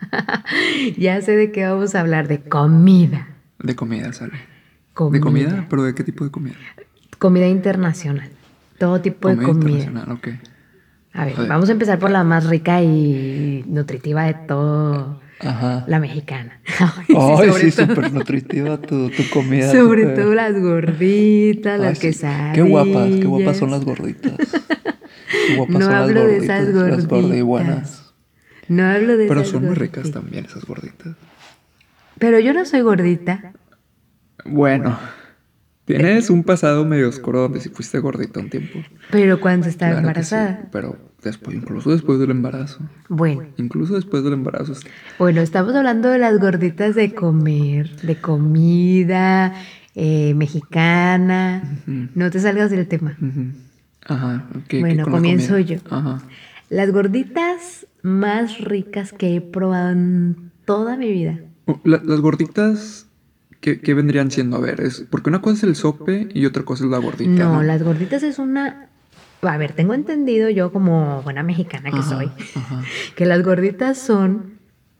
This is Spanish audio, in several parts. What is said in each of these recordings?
Ya sé de qué vamos a hablar, de comida. De comida sale. ¿De Comida. comida? ¿Pero de qué tipo de comida? Comida internacional. Todo tipo de Comida comida. internacional, ok. A ver, A ver. vamos a empezar por la más rica y nutritiva de todo, Ajá. la mexicana. Sí, Ay, sobre sí, todo. súper nutritiva tu comida, Sobre todo súper. las gorditas, Ay, las sí. Qué guapas son quesadillas. las gorditas. Qué guapas No son hablo de esas las gorditas. gordibuenas. No hablo de Pero esas son muy ricas gorditas. también esas gorditas. Pero yo no soy gordita. Bueno, tienes un pasado medio oscuro donde sí fuiste gordita un tiempo. Pero cuando estaba Claro que sí, embarazada. pero después, incluso después del embarazo. Bueno, Incluso después del embarazo. bueno, estamos hablando de las gorditas de comer, de comida mexicana. Ujú, No te salgas del tema. ujú. Ajá, ¿qué Bueno, con la comienzo comida? yo. Ajá. Las gorditas más ricas que he probado en toda mi vida. Las gorditas, ¿qué vendrían siendo? A ver, porque una cosa es el sope y otra cosa es la gordita, No, ¿no? las gorditas es una... A ver, tengo entendido yo como buena mexicana que soy, Ajá, ajá. que las gorditas son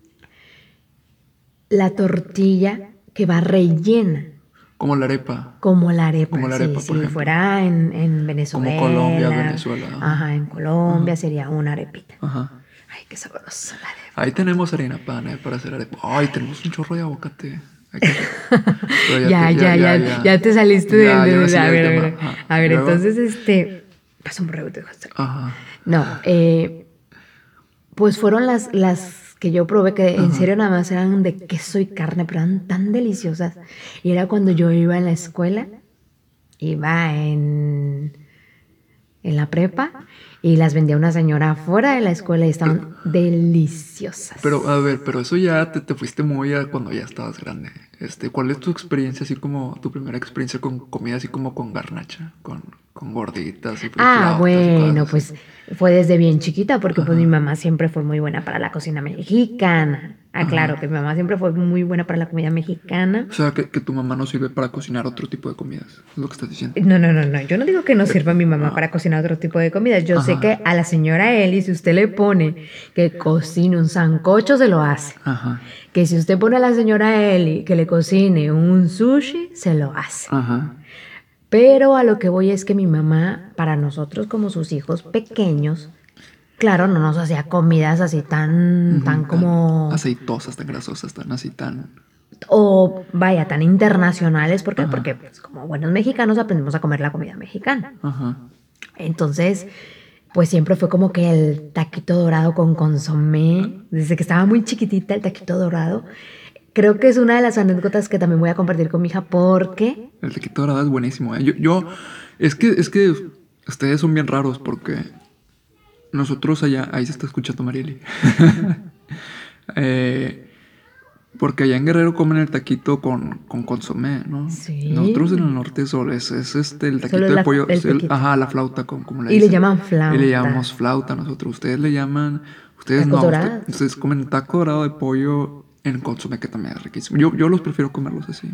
la tortilla que va rellena, Como la arepa. como la Como arepa, la sí, arepa, por si ejemplo. fuera en Como Colombia, Venezuela, Venezuela. Ajá. ajá, en Colombia Ajá. sería una arepita. Ajá. Ay, qué sabrosa la Ahí arepa. tenemos harina pan, para hacer arepa. Ay, tenemos un chorro de aguacate. Hay que hacer. Pero Ya te saliste Ya me salí a del ver, tema. Ajá. a Y ver, luego. entonces, pasa un rebote, Ajá. no, pues fueron las que yo probé que en Ajá. serio nada más eran de queso y carne, pero eran tan deliciosas. Y era cuando yo iba en la escuela, iba en la prepa y las vendía una señora afuera de la escuela y estaban deliciosas. Pero, a ver, pero eso ya te fuiste muy a cuando ya estabas grande. ¿Cuál es tu experiencia, así como tu primera experiencia con comida, así como con garnacha, con gorditas y Ah, flautas y cosas bueno, así? pues fue desde bien chiquita porque pues mi Ajá, mamá siempre fue muy buena para la cocina mexicana. Ah, claro, ajá. que mi mamá siempre fue muy buena para la comida mexicana. O sea, que tu mamá no sirve para cocinar otro tipo de comidas, es lo que estás diciendo. No, no, no, no. Yo no digo que no Eh, sirva mi mamá ah, para cocinar otro tipo de comidas. Yo sé ajá, que a la señora Eli, si usted le pone que cocine un sancocho, se lo hace. ajá, Que si usted pone a la señora Eli que le cocine un sushi, se lo hace. ajá. Pero a lo que voy es que mi mamá, para nosotros como sus hijos pequeños, claro, no nos hacía comidas así tan Ujú, tan como, aceitosas, tan grasosas, tan así, tan... o vaya, tan internacionales. ¿Por qué? Ajá, Porque pues, como buenos mexicanos aprendemos a comer la comida mexicana. ajá. Entonces, pues siempre fue como que el taquito dorado con consomé, desde que estaba muy chiquitita, el taquito dorado. Creo que es una de las anécdotas que también voy a compartir con mi hija porque... El tequito dorado es buenísimo, ¿eh? Es que ustedes son bien raros porque nosotros allá, ahí se está escuchando Marieli. Eh, porque allá en Guerrero comen el taquito con consomé, ¿no? Nosotros en el Sí, norte solo es el solo taquito de pollo, el taquito. ajá, la flauta, como le Y le dicen. llaman Y le llamamos flauta, flauta nosotros. Ustedes le llaman, ustedes tacos no, dorados. ustedes comen taco dorado de pollo en consomé, que también es riquísimo. Yo los prefiero comerlos así.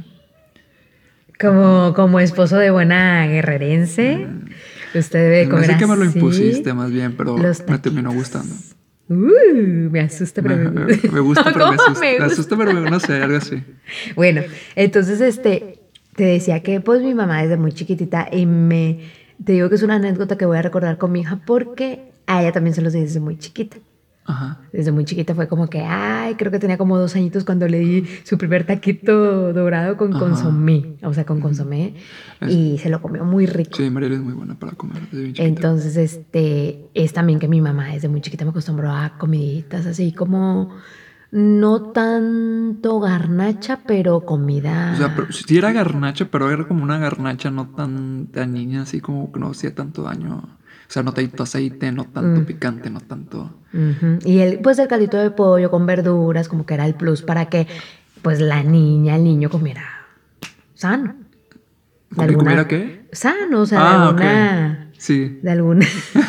Como esposo de buena guerrerense, usted debe Se me comer hace que me lo impusiste así más bien, pero los me terminó gustando. taquitos. Me asusta, pero Me gusta, pero me ¿Cómo asusta. me Me asusta, gusta? pero no sé, algo así. Bueno, entonces te decía que pues mi mamá desde muy chiquitita te digo que es una anécdota que voy a recordar con mi hija porque a ella también se los di desde muy chiquita. Ajá. Desde muy chiquita fue como que, ay, creo que tenía como 2 añitos cuando le di su primer taquito dorado con Ajá. consomé, o sea, con Ujú. consomé, Es- y se lo comió muy rico. sí, Mariela es muy buena para comer desde bien chiquita. Entonces, es también que mi mamá desde muy chiquita me acostumbró a comiditas así como, no tanto garnacha, pero O sea, pero, comida. sí era garnacha, pero era como una garnacha no tan dañina, así como que no hacía tanto daño. O sea, no tanto aceite, no tanto Mm, picante, no tanto... ujú. Y pues el caldito de pollo con verduras, como que era el plus para que pues la niña, el niño comiera sano. De ¿Que comiera alguna, qué? sano, o sea, Ah, ok. Sí. de alguna,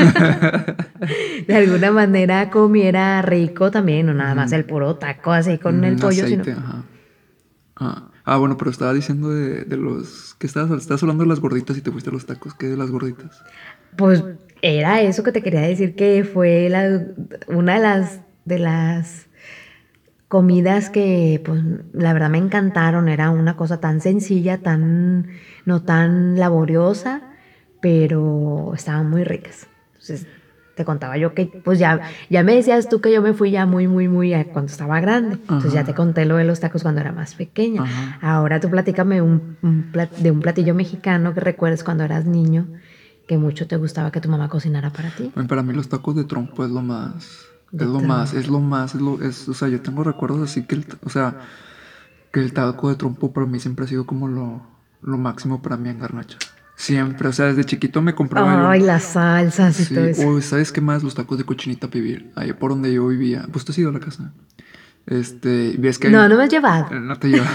de alguna manera comiera rico también, no nada más Ujú. el puro taco así con el pollo, sino, Aceite, ajá. Bueno, pero estaba diciendo de los... ¿Qué estabas hablando de las gorditas y te fuiste a los tacos? ¿Qué de las gorditas? pues era eso que te quería decir que fue una de las comidas que, pues, la verdad me encantaron. Era una cosa tan sencilla, no tan laboriosa, pero estaban muy ricas. Entonces, te contaba yo que, pues ya me decías tú que yo me fui ya muy cuando estaba grande. Entonces ya te Ajá. conté lo de los tacos cuando era más pequeña. Ajá. Ahora tú platícame de un platillo mexicano que recuerdes cuando eras niño, que mucho te gustaba que tu mamá cocinara para ti. Bueno, para mí los tacos de trompo es lo más. De trompo. O sea, yo tengo recuerdos así o sea, que el taco de trompo para mí siempre ha sido como lo máximo para mí en garnacha. Siempre, o sea, desde chiquito me compraba yo. Ay, las salsas y todo Sí, eso. o ¿sabes qué más? Los tacos de cochinita pibil, ahí por donde yo vivía. Pues tú has ido a la casa. Ves que No, no me has llevado. no te lleva.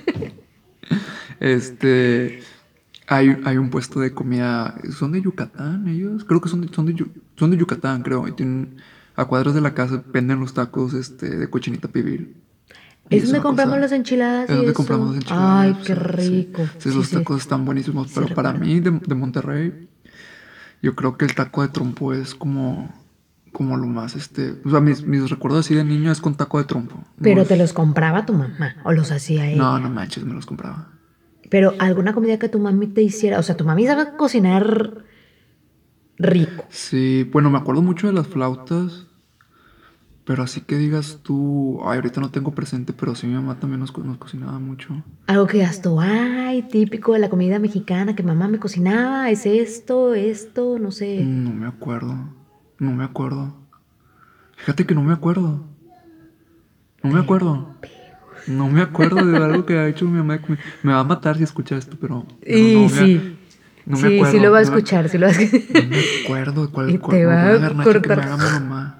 Este, hay un puesto de comida, son de Yucatán ellos, creo que son de Yucatán, creo, y tienen, a cuadros de la casa venden los tacos, de cochinita pibil. Y Es es donde una compramos cosa, las enchiladas es y donde compramos eso. las enchiladas, Ay, o qué sea, sí. rico. Sí, Sí, los sí, tacos están buenísimos, sí pero para recuerdo. mí, de Monterrey, yo creo que el taco de trompo es como lo más, o sea, mis recuerdos así de niño es con taco de trompo. Pero te los compraba tu mamá o los hacía No, no ella. manches, me los compraba. Pero alguna comida que tu mami te hiciera, o sea, tu mami sabe cocinar rico. Sí, bueno, me acuerdo mucho de las flautas, pero así que digas tú, ay, ahorita no tengo presente, pero sí mi mamá también nos cocinaba mucho. Algo que digas tú, ay, típico de la comida mexicana que mamá me cocinaba, es esto, no sé. No me acuerdo, no me acuerdo. Fíjate que no me acuerdo, no me Pero, acuerdo. No me acuerdo de algo que ha hecho mi mamá. Me va a matar si escucha esto, pero y sí, no me sí lo acuerdo. va a escuchar, sí lo va a No escuchar. me acuerdo de Y te de va una a garnacha que me cortar. haga mi mamá.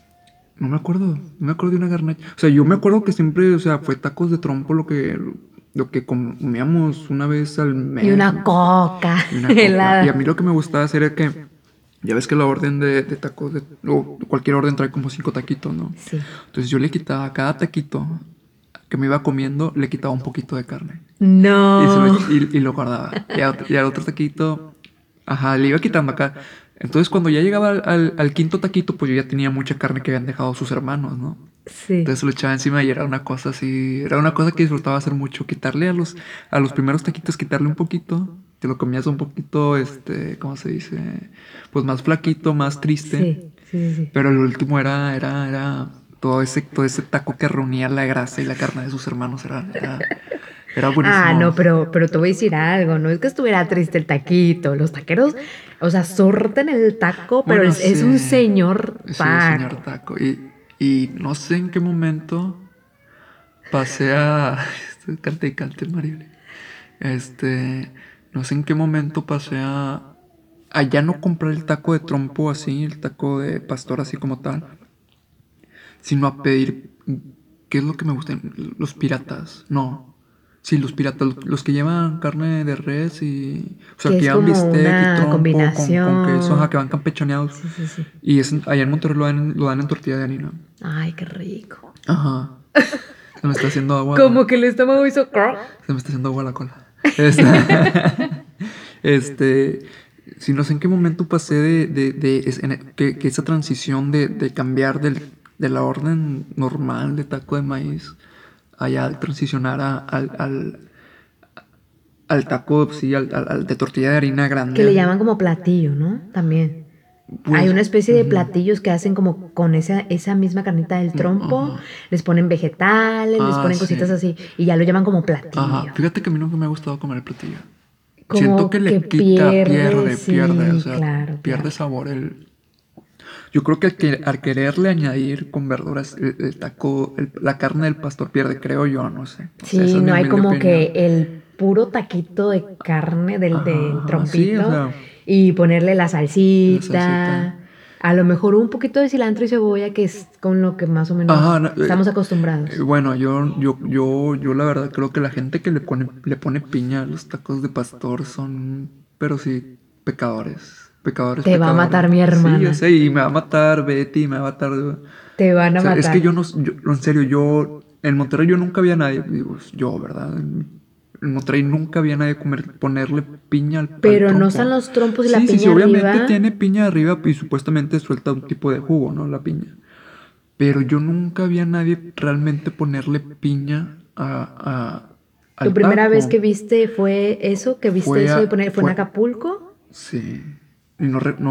No me acuerdo de una garnacha. O sea, yo me acuerdo que siempre, o sea, fue tacos de trompo lo que comíamos una vez al Y mes. una coca Y una coca. Y a mí helada. lo que me gustaba hacer era que, ya ves que la orden de tacos, o cualquier orden trae como 5 taquitos, ¿no? Sí. Entonces yo le quitaba a cada taquito que me iba comiendo, le quitaba un poquito de carne. No. Y lo guardaba. Y al otro taquito, ajá, le iba quitando acá. Entonces, cuando ya llegaba al quinto taquito, pues yo ya tenía mucha carne que habían dejado sus hermanos, ¿no? Sí. Entonces lo echaba encima y era una cosa así, era una cosa que disfrutaba hacer mucho. Quitarle a los primeros taquitos, quitarle un poquito, te lo comías un poquito, ¿cómo se dice? Pues más flaquito, más triste. Sí. Pero el último era todo ese taco que reunía la grasa y la carne de sus hermanos, era Ah, buenísimo. no, pero te voy a decir algo, no es que estuviera triste el taquito, los taqueros, o sea, sorten el taco, pero Bueno, es un señor sí, señor taco. taco. Y no sé en qué momento pasé a... Cante y cante, Mariel. No sé en qué momento pasé a ya no comprar el taco de trompo así, el taco de pastor así como tal, sino a pedir, ¿qué es lo que me gusta? Los piratas, no. Sí, los piratas, los que llevan carne de res y... O sea, Que que es llevan como bistec y una trompo con queso, ajá, combinación. que van campechoneados. Sí. Y allá en Monterrey lo dan en tortilla de harina. Ay, qué rico. Ajá. Se me está haciendo agua. Como que el estómago hizo croc. Se me está haciendo agua la cola. Este, este, si no sé en qué momento pasé que esa transición de cambiar de la orden normal de taco de maíz allá transicionar al taco, sí, al de tortilla de harina Que le grande. llaman como platillo, ¿no? También. Hay Pues, una especie de platillos que hacen como con esa misma carnita del trompo, ajá. les ponen vegetales, les Ah, ponen cositas sí. así y ya lo llaman como Ajá. platillo. Fíjate que a mí nunca me ha gustado comer el platillo. Siento que Como que le quita, pierde, pierde, o sí, sea, claro, pierde pierde. sabor Yo creo que al quererle añadir con verduras el taco, la carne del pastor pierde, creo yo, no sé. O sea, esa Sí, es mi no hay humilde como que opinión. el puro taquito de carne del Ajá, sí, o trompito sea, y ponerle la la salsita. salsita, a lo mejor un poquito de cilantro y cebolla, que es con lo que más o Ajá, menos estamos acostumbrados. bueno, yo la verdad creo que la gente que le pone piña a los tacos de pastor son, pero sí, pecadores. Pecadores, Te va a pecadores. matar mi Sí, yo hermana, sé, y me va a matar Betty, me va a matar. O te van a sea, es que matar. en serio, en Monterrey yo nunca había nadie, digo, yo, ¿verdad? En Monterrey nunca había nadie ponerle piña al Pero no están trompo. los trompos y la Sí, piña obviamente arriba. tiene piña arriba y supuestamente suelta un tipo de jugo, ¿no? La piña. Pero yo nunca vi a nadie realmente ponerle piña ¿Tu al primera vez taco. que viste fue eso? ¿Que viste eso de poner? ¿Fue en Acapulco? Sí. Y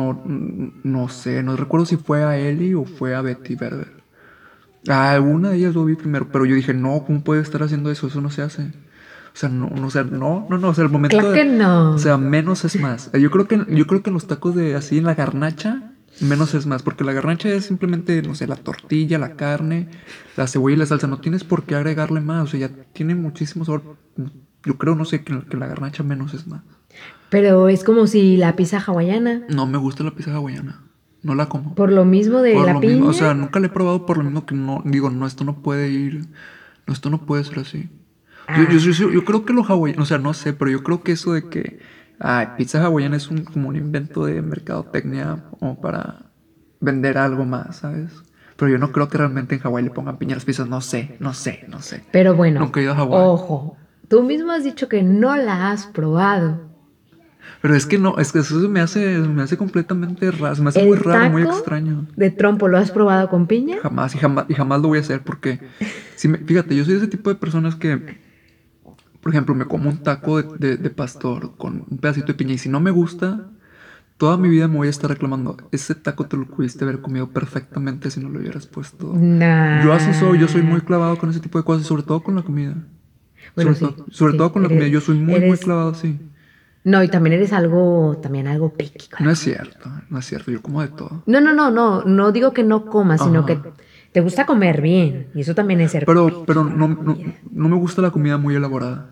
no sé, no recuerdo si fue a Eli o fue a Betty Berber. A alguna de ellas lo vi primero, pero yo dije, no, ¿cómo puede estar haciendo eso? Eso no se hace. O sea, o sea, el momento Claro de, que o no. sea, menos es más. Yo creo que en los tacos de así en la garnacha, menos es más, porque la garnacha es simplemente, no sé, la tortilla, la carne, la cebolla y la salsa. No tienes por qué agregarle más, o sea, ya tiene muchísimo sabor. Yo creo, no sé, que la garnacha menos es más. Pero es como si la pizza hawaiana, No me gusta la pizza hawaiana. No la como. por lo mismo de Por la lo mismo, o piña. sea, nunca la he probado por lo mismo que no, digo, no, esto no puede ir, no, esto no puede ser así. Yo Ah, creo que los hawaianos, o sea, no sé, pero yo creo que eso de que pizza hawaiana es como un invento de mercadotecnia como para vender algo más, ¿sabes? Pero yo no creo que realmente en Hawái le pongan piña a las pizzas, no sé. pero bueno, Nunca he ido a Hawái. ojo. Tú mismo has dicho que no la has probado. Pero es que no, es que eso me hace completamente raro, se me hace muy ¿El raro, muy taco extraño. de trompo lo has probado con piña? Jamás lo voy a hacer porque, fíjate, yo soy ese tipo de personas que, por ejemplo, me como un taco de pastor con un pedacito de piña y si no me gusta, toda mi vida me voy a estar reclamando, ese taco te lo pudiste haber comido perfectamente si no lo hubieras puesto. Yo así soy, yo soy Nah. muy clavado con ese tipo de cosas, sobre todo con la comida. Bueno, sí, Sobre todo sí. con la comida, yo soy muy Eres. clavado así. No, y también eres algo, también algo picky con la No es comida. cierto, no es cierto, yo como de todo. No, no, no, no. No digo que no comas, sino Ajá. que te gusta comer bien. Y eso también es ser picky Pero con la comida. no me gusta la comida muy elaborada.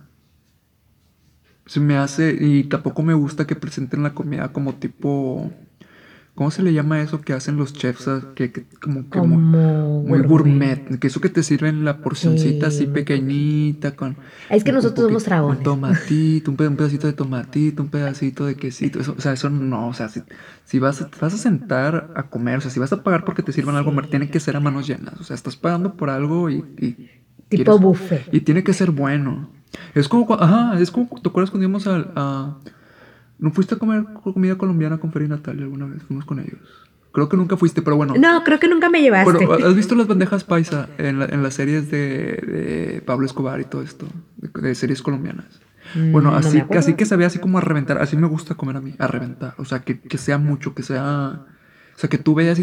Se me hace, y tampoco me gusta que presenten la comida como tipo, ¿cómo se le llama eso que hacen los chefs? Como que Como muy gourmet. gourmet, que eso que te sirven la porcioncita así Sí, muy poquito. pequeñita con Es que un nosotros somos poquito, un dragones. tomatito, un pedacito de tomatito, un pedacito de quesito, eso, o sea, eso no, o sea, si te vas a sentar a comer, o sea, si vas a pagar porque te sirvan algo, tiene que Sí. ser a manos llenas, o sea, estás pagando por algo y Tipo quieres, buffet. y tiene que ser bueno. Es como, ajá, es como, ¿te acuerdas cuando íbamos ¿no fuiste a comer comida colombiana con Fer y Natalia alguna vez? Fuimos con ellos. Creo que nunca fuiste, pero bueno. No, creo que nunca me Pero, llevaste. ¿has visto las bandejas paisa en las series de Pablo Escobar y todo esto? De series colombianas. Bueno, No me así acuerdo. que sabía así como a reventar. Así me gusta comer a mí, a reventar. O sea, que sea mucho, que sea... O sea, que tú veas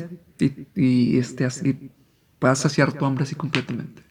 así, puedas saciar tu hambre así completamente.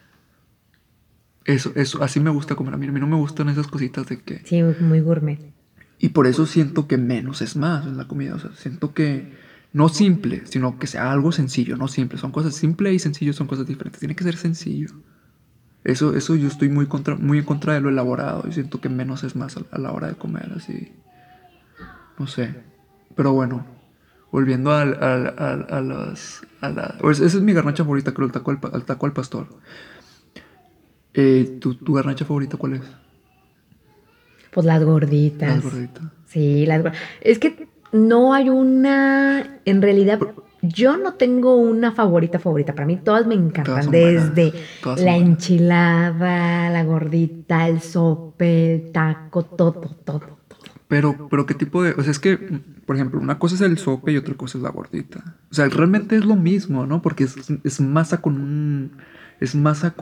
Eso, así me gusta comer a mí. A mí no me gustan esas cositas de que... Sí, muy gourmet. Y por eso siento que menos es más en la comida. O sea, siento que no simple, sino que sea algo sencillo, no simple. Son cosas simple y sencillo, son cosas diferentes. Tiene que ser sencillo. Eso yo estoy muy en contra de lo elaborado. Y siento que menos es más a la hora de comer, así. No sé. Pero bueno, volviendo a las... pues esa es mi garnacha favorita, creo, el taco al pastor. ¿Tu garnacha favorita cuál es? Pues las Las gorditas. gorditas. Sí, es que no hay una, en realidad, yo no tengo una favorita. Para mí todas me Todas encantan, son buenas. desde Todas son la buenas. enchilada, la gordita, el sope, el taco, todo. Pero ¿qué tipo de...? O sea, es que, por ejemplo, una cosa es el sope y otra cosa es la gordita. O sea, realmente es lo mismo, ¿no? Porque es masa con un... Es masa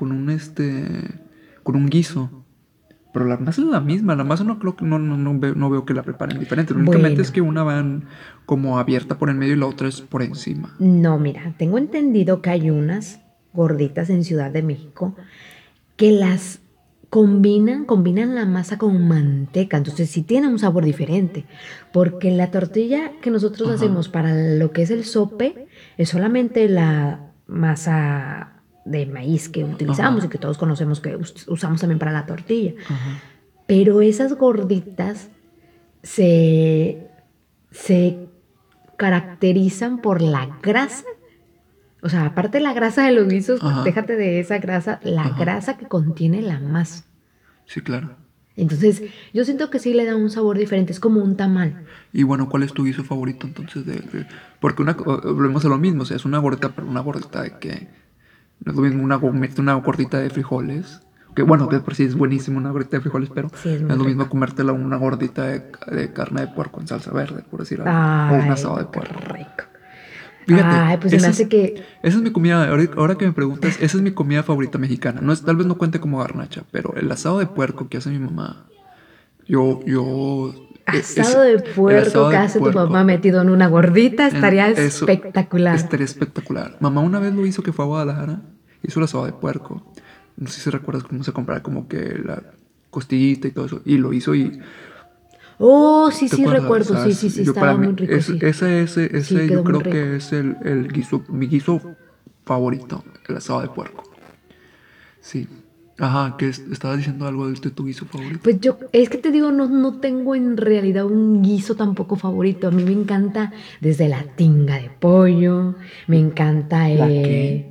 con un guiso. Pero la masa es la misma. La masa no creo que... No veo que la preparen diferente. Únicamente es Bueno, que una van como abierta por el medio y la otra es por encima. no, mira, tengo entendido que hay unas gorditas en Ciudad de México que las combinan la masa con manteca, entonces sí tiene un sabor diferente, porque la tortilla que nosotros Ajá. hacemos para lo que es el sope es solamente la masa de maíz que utilizamos Ajá. y que todos conocemos que usamos también para la tortilla, Ajá. pero esas gorditas se, se caracterizan por la grasa. O sea, aparte de la grasa de los guisos, Ajá. déjate de esa grasa, la Ajá. grasa que contiene la masa. Sí, claro. Entonces, yo siento que sí le da un sabor diferente, es como un tamal. Y bueno, ¿cuál es tu guiso favorito entonces porque volvemos a lo mismo, o sea, es una gordita, pero una gordita de que no es lo mismo comerte una gordita de frijoles, que bueno, que por sí es buenísimo una gordita de frijoles, pero Sí, es no muy es lo mismo rico. comértela una gordita de carne de puerco en salsa verde, por decir algo, o un Ay, asado de no, qué puerco. rico. Fíjate, Ay, pues se me hace que... esa es mi comida, ahora que me preguntas, esa es mi comida favorita mexicana. No es, tal vez no cuente como garnacha, pero el asado de puerco que hace mi mamá, Asado de el puerco asado que de hace tu puerco, mamá metido en una gordita estaría eso espectacular. estaría espectacular. Mamá una vez lo hizo que fue a Guadalajara, hizo el asado de puerco. No sé si recuerdas cómo se compraba como que la costillita y todo eso, y lo hizo y Oh, sí, ¿te sí, acuerdas? recuerdo. O sea, Sí, sí, sí, yo para estaba mí, muy rico, sí. Sí, ese yo quedó muy creo rico. que es el guiso, mi guiso favorito, el asado de puerco. Sí. Ajá, que estabas diciendo algo de tu guiso favorito. Pues yo, es que te digo, no tengo en realidad un guiso tampoco favorito. A mí me encanta desde la tinga de pollo, me encanta ¿La qué?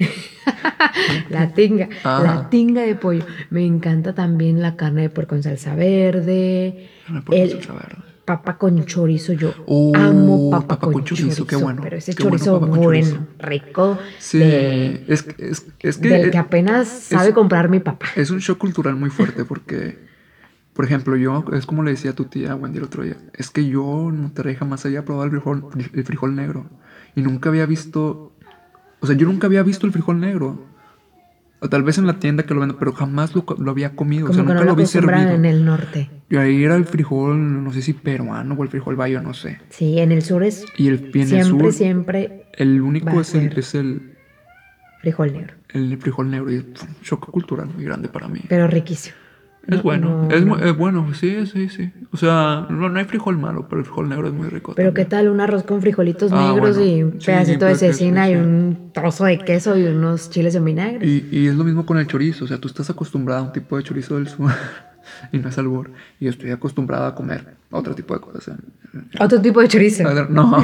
la tinga, la Ah, tinga de pollo. Me encanta también la carne de puerco en salsa verde, carne de puerco en salsa el verde. papa con chorizo. Yo amo Oh, papa papa con con chorizo, chorizo, pero ese qué bueno chorizo papa con chorizo. bueno, rico, Sí, es que del que apenas sabe es, comprar mi papá. es un shock cultural muy fuerte porque, por ejemplo, yo, es como le decía a tu tía Wendy el otro día, es que yo en Monterrey jamás había probado el frijol negro y nunca había visto, o sea, yo nunca había visto el frijol negro. O tal vez en la tienda que lo venden, pero jamás lo había comido, o sea, Como que no nunca lo lo vi acostumbran servido. en el norte. Y ahí era el frijol, no sé si peruano o el frijol bayo, no sé. Sí, en el sur es Y en el siempre, sur, siempre el va único a ser frijol negro, el frijol negro. Y es un shock cultural muy grande para mí. pero riquísimo. Es No, bueno, no, no. es bueno, sí, sí, sí. O sea, no hay frijol malo, pero el frijol negro es muy rico Pero ¿qué también. tal un arroz con frijolitos Ah, negros bueno, y un sí, pedacito de pues que cecina y sí. un trozo de queso y unos chiles en vinagre? Y es lo mismo con el chorizo, o sea, tú estás acostumbrado a un tipo de chorizo del sur y no es albur. Y yo estoy acostumbrado a comer otro tipo de cosas. Otro tipo de chorizo. No.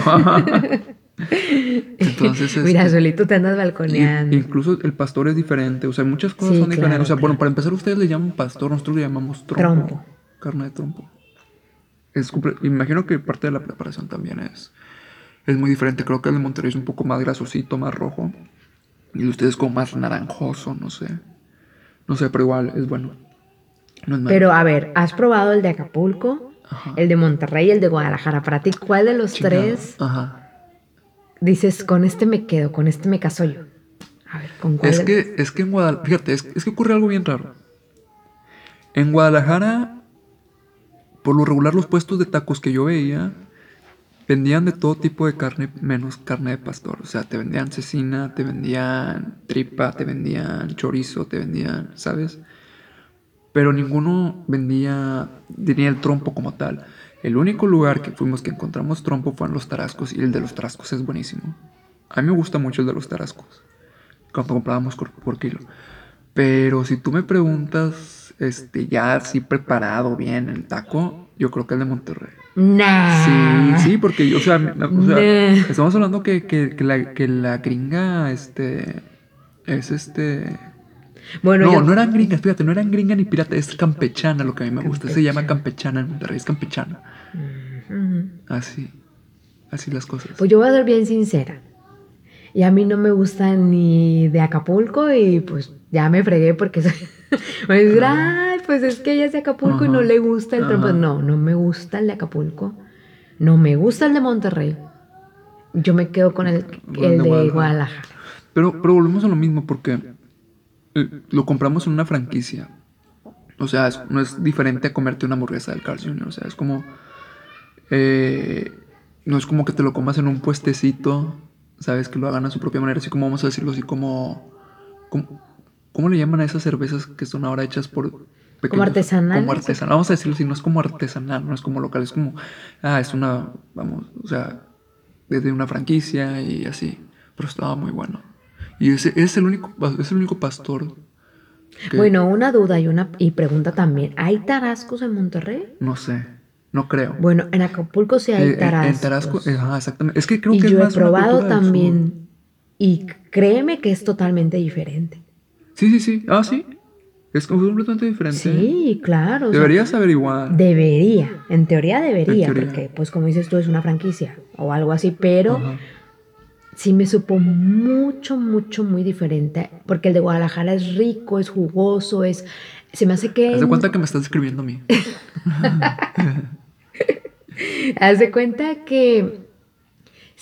Entonces, Mira, solito te andas balconeando. incluso el pastor es diferente, o sea, muchas cosas Sí, son diferentes. O claro, sea, bueno, claro. para empezar, ustedes le llaman pastor, nosotros le llamamos trompo, Trompo. carne de trompo. Imagino que parte de la preparación también es muy diferente. Creo que el de Monterrey es un poco más grasosito, más rojo. Y el de ustedes como más naranjoso, no sé. No sé, pero igual es bueno. No es malo. Pero a ver, ¿has probado el de Acapulco, Ajá. el de Monterrey y el de Guadalajara? Para ti, ¿cuál de los Chingado. tres Ajá. dices, con este me quedo, con este me caso yo? A ver, ¿con cuál de los? Es que en Guadalajara, fíjate, es que ocurre algo bien raro. En Guadalajara, por lo regular, los puestos de tacos que yo veía vendían de todo tipo de carne, menos carne de pastor. O sea, te vendían cecina, te vendían tripa, te vendían chorizo, te vendían, ¿sabes? Pero ninguno tenía el trompo como tal. El único lugar que fuimos que encontramos trompo fue en Los Tarascos y el de Los Tarascos es buenísimo. A mí me gusta mucho el de Los Tarascos, cuando comprábamos por kilo. Pero si tú me preguntas, ya así preparado bien el taco, yo creo que el de Monterrey. Sí, Nah. sí, porque yo, Nah. estamos hablando que la gringa, es Bueno, No, yo. no eran gringas, fíjate, no eran gringa ni pirata, es campechana lo que a mí me gusta. Se llama Campechano. campechana en Monterrey, es campechana. Ujú. Así, así las cosas. Pues yo voy a ser bien sincera. Y a mí no me gusta ni de Acapulco y pues ya me fregué porque me dicen, ay, pues es que ella es de Acapulco y no Ajá, le gusta el trompo. ajá. No, no me gusta el de Acapulco. No me gusta el de Monterrey. Yo me quedo con Con el el de de Guadalajara. Guadalajara. Pero volvemos a lo mismo porque lo compramos en una franquicia. O sea, no es diferente a comerte una hamburguesa del Carl's Jr. O sea, es como... eh, no es como que te lo comas en un puestecito, ¿sabes? Que lo hagan a su propia manera, así como vamos a decirlo, así como ¿cómo le llaman a esas cervezas que son ahora hechas por Como pequeños? artesanales. Como artesanal, vamos a decirlo así, no es como artesanal, no es como local, es como, es una, vamos, o sea, desde una franquicia y así, pero estaba muy bueno. Y ese es el único pastor que, Bueno, una duda y pregunta también. ¿Hay tarascos en Monterrey? no sé, no creo. Bueno, en Acapulco sí hay En Tarasco, tarascos. ajá, exactamente. Es que creo Y que es yo he más una probado cultura del sur. también. Y créeme que es totalmente diferente. Sí, sí, sí. Ah, sí. Es completamente diferente. Sí, claro. O sea, Deberías averiguar, debería. En teoría en debería, teoría. porque pues como dices tú es una franquicia o algo así, pero Ajá. sí me supo mucho, mucho, muy diferente. Porque el de Guadalajara es rico, es jugoso, es... Se me hace que Haz de cuenta que me estás describiendo a mí. Haz de cuenta que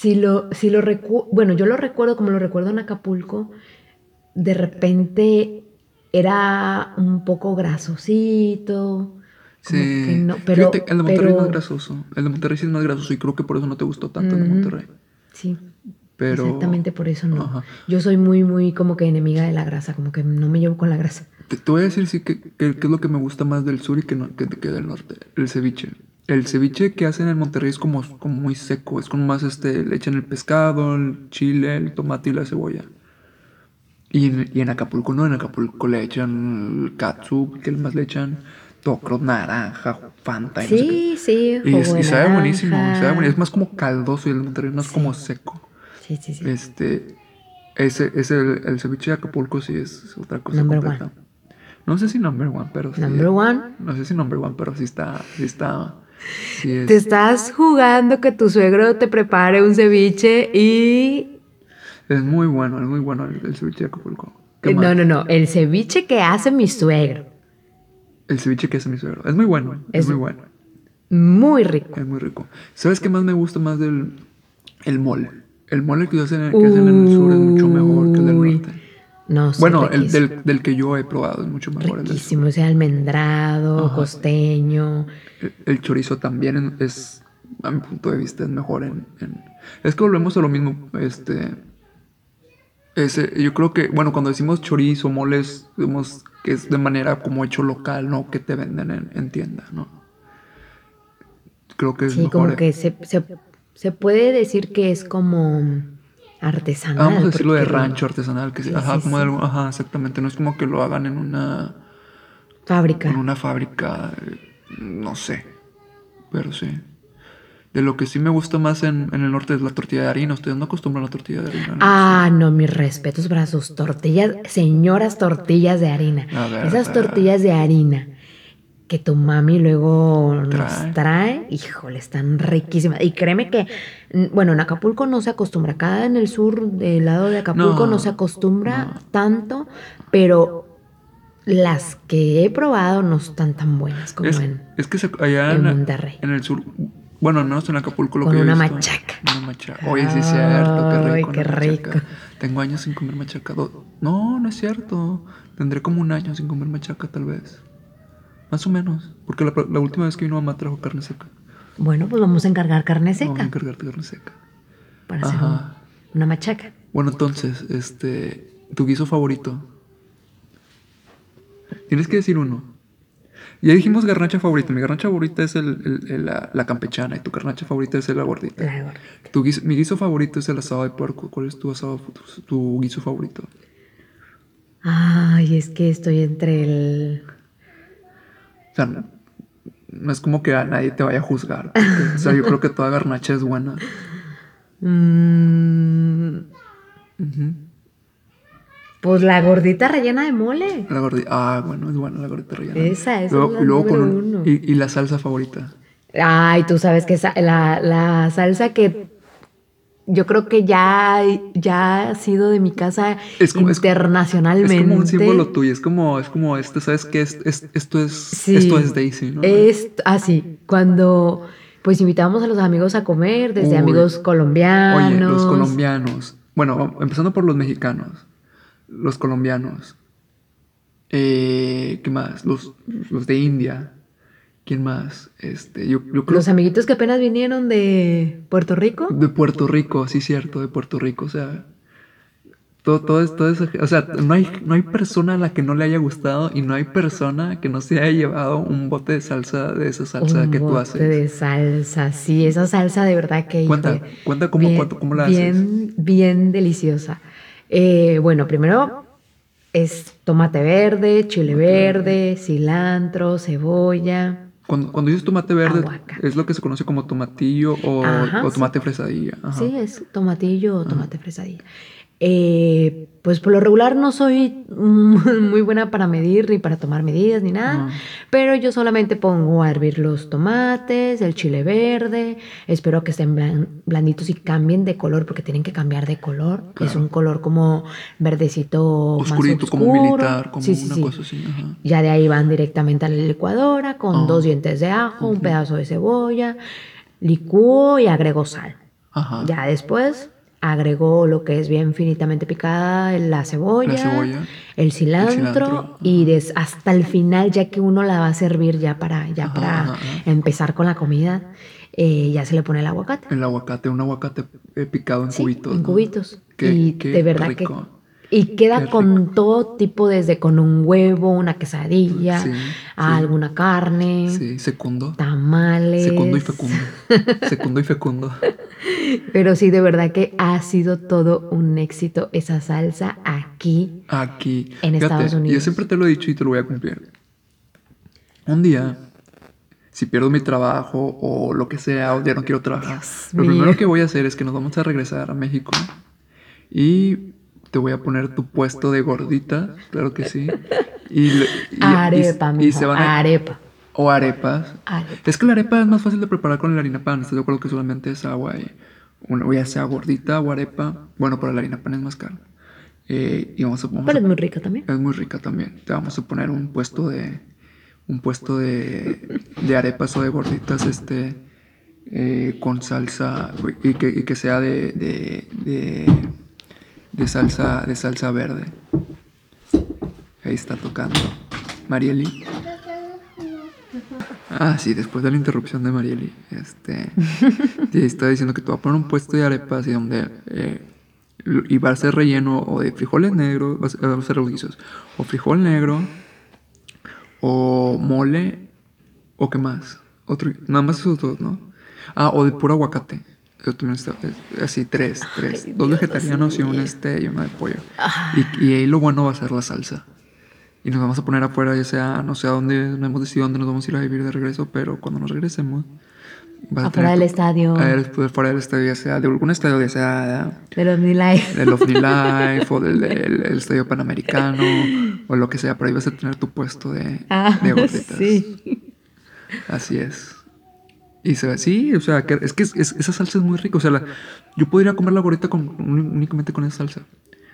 Bueno, yo lo recuerdo como lo recuerdo en Acapulco, de repente era un poco grasosito, como que Sí. no, Fíjate, el de Monterrey es más pero, grasoso. El de Monterrey sí es más grasoso y creo que por eso no te gustó tanto el de ujú, Monterrey. sí, Pero, exactamente por eso no. ajá. Yo soy muy, muy como que enemiga de la grasa, como que no me llevo con la grasa. Te voy a decir sí que es lo que me gusta más del sur y que del norte. El ceviche. El ceviche que hacen en Monterrey es como muy seco. Es como más le echan el pescado, el chile, el tomate y la cebolla. Y en Acapulco no, en Acapulco le echan el catsup, que más le echan tocro, naranja, fanta y no sé qué. Sí, sí, Y, jugo de y sabe buenísimo, sabe buenísimo. Es naranja. más como caldoso y el de Monterrey no es como Sí, seco. sí, sí, sí. Este, el ceviche de Acapulco sí es otra cosa Number one. completa. No sé si number one, pero sí. Number one. No sé si number one, pero sí está. Sí Te es. estás jugando que tu suegro te prepare un ceviche y... Es muy bueno el ceviche de Acapulco. ¿Qué No, más? no, no. El ceviche que hace mi suegro El ceviche que hace mi suegro. Es muy bueno, es es muy bueno. muy rico. Es muy rico. ¿Sabes qué más me gusta más del el mole? El mole que hacen en el sur es mucho mejor que el del Uy. norte. No, sí, Bueno, el riquísimo. del que yo he probado es mucho mejor el del sur. Riquísimo. Ese almendrado, Ajá. costeño. El chorizo también es, a mi punto de vista, es mejor Es que volvemos a lo mismo. Yo creo que, bueno, cuando decimos chorizo, moles, decimos que es de manera como hecho local, no que te venden en tienda, ¿no? Creo que es Sí, mejor. como que se puede decir que es como Vamos a artesanal, decirlo de porque... rancho artesanal, que sí, Sí, ajá, sí, como de sí. algo, ajá, exactamente. No es como que lo hagan Fábrica. en una fábrica, no sé, pero sí. De lo que sí me gusta más en el norte es la tortilla de harina. Ustedes no acostumbran a la tortilla de harina en el sur. Ah, no, mis respetos para sus tortillas, señoras tortillas de harina. La Esas verdad. tortillas de harina que tu mami luego nos Trae. trae, híjole, están riquísimas. Y créeme que, bueno, en Acapulco no se acostumbra, acá en el sur, del lado de Acapulco, no se No, acostumbra no. tanto, pero las que he probado no están tan buenas como Es que allá en Monterrey, en el sur, bueno, al menos en Acapulco lo con que he una visto, machaca. una machaca. Oye, sí es cierto, qué Ay, rico qué una rico. machaca. Tengo años sin comer machaca. No, no es cierto. Tendré como un año sin comer machaca, tal vez. Más o menos. Porque la última vez que vino mamá trajo carne seca. Bueno, pues vamos a encargar carne Vamos a seca encargarte carne seca. para hacer Ajá. una machaca. Bueno, entonces, tu guiso favorito. Tienes que decir uno. Ya dijimos garnacha favorita. Mi garnacha favorita es la campechana y tu garnacha favorita es la gordita. La gordita. Mi guiso favorito es el asado de puerco. ¿Cuál es tu guiso favorito? Ay, es que estoy entre el... O sea, no es como que a nadie te vaya a juzgar. O sea, yo creo que toda garnacha es buena. Mm, Ujú. pues la gordita rellena de mole. La gordita. Ah, bueno, es buena la gordita rellena. Esa es Luego, la y luego con número uno. y la salsa favorita. Ay, tú sabes que la salsa que yo creo que ya ha sido de mi casa Es como un símbolo internacionalmente. tuyo. Es como ¿sabes qué? Esto es Sí, Daisy, ¿no? es así. Cuando pues invitamos a los amigos a comer, desde Uy. amigos Oye, los colombianos. colombianos. Bueno, empezando por los mexicanos. Los colombianos. ¿Qué más? Los de India. ¿Quién más? Yo creo Los amiguitos que apenas vinieron de Puerto Rico. de Puerto Rico, sí, cierto, de Puerto Rico. O sea, todo eso. O sea, no hay persona a la que no le haya gustado y no hay persona que no se haya llevado un bote de salsa, de esa salsa Un que tú bote haces. de salsa, sí, esa salsa de verdad que, híjole, Cuenta bien, cómo la haces. bien, bien deliciosa. Bueno, primero es tomate verde, chile Tomate verde. verde, cilantro, cebolla, Cuando dices tomate verde, aguacate. es lo que se conoce como tomatillo Ajá, o sí. tomate fresadilla. Ajá. Sí, es tomatillo o Ajá. tomate fresadilla. Pues por lo regular no soy muy buena para medir ni para tomar medidas ni nada, Ajá. pero yo solamente pongo a hervir los tomates, el chile verde, espero que estén blanditos y cambien de color porque tienen que cambiar de color. Es Claro. un color como verdecito más Oscurito, como oscuro. militar, como Sí, sí, una sí. cosa así. Ajá. Ya de ahí van directamente a la licuadora con 2 Ah, dientes de ajo, un ujú. pedazo de cebolla, licúo y agrego sal. Ajá. Ya después agregó lo que es bien finitamente picada, la cebolla, La cebolla, el el cilantro cilantro. y hasta el final, ya que uno la va a servir ya Ajá, para ajá, ajá. empezar con la comida, ya se le pone el aguacate. El aguacate, un aguacate picado en Sí, cubitos, en ¿no? cubitos. Y de Qué verdad que... rico. Y Qué queda rico. con todo tipo, desde con un huevo, una quesadilla, Sí, sí, alguna carne, sí. Secundo. Secundo y tamales. fecundo. Secundo y fecundo. Pero sí, de verdad que ha sido todo un éxito esa salsa aquí Aquí. en Estados Fíjate, yo siempre Unidos. te lo he dicho y te lo voy a cumplir. Un día, si pierdo mi trabajo o lo que sea, o ya no quiero trabajar, Dios lo mío. primero que voy a hacer es que nos vamos a regresar a México y te voy a poner tu puesto de gorditas, claro que sí. Arepa, Y se mijo, van a... arepa. O arepas. Arepa. Es que la arepa es más fácil de preparar con la harina pan. ¿Estás de acuerdo que solamente es agua y una, ya sea gordita o arepa? Bueno, pero la harina pan es más cara. Y Pero es muy rica también. es muy rica también. Te vamos a poner un puesto de arepas o de gorditas, con salsa y que sea de salsa verde. Ahí está tocando Marieli. Ah, sí, después de la interrupción de Marieli, te estaba diciendo que te voy a poner un puesto de arepas y donde y va a ser relleno o de frijoles negros, va a ser los guisos, o frijol negro, o mole, o qué más, otro, nada más esos dos, ¿no? Ah, o de puro aguacate. Yo también así tres, Ay, dos Dios vegetarianos y mío. y uno de pollo. Ah, Y ahí lo bueno va a ser la salsa. Y nos vamos a poner afuera, ya sea, no sé a dónde, no hemos decidido dónde nos vamos a ir a vivir de regreso, pero cuando nos regresemos, vas a afuera tener del tu... estadio fuera del estadio, ya sea de algún estadio, ya sea de los Milay. del OVNI Life o del estadio Panamericano o lo que sea, pero ahí vas a tener tu puesto Ah, de gorditas. sí. Así es. Y se ve, sí, o sea, esa salsa es muy rica. O sea, yo podría comer la gordita únicamente con esa salsa.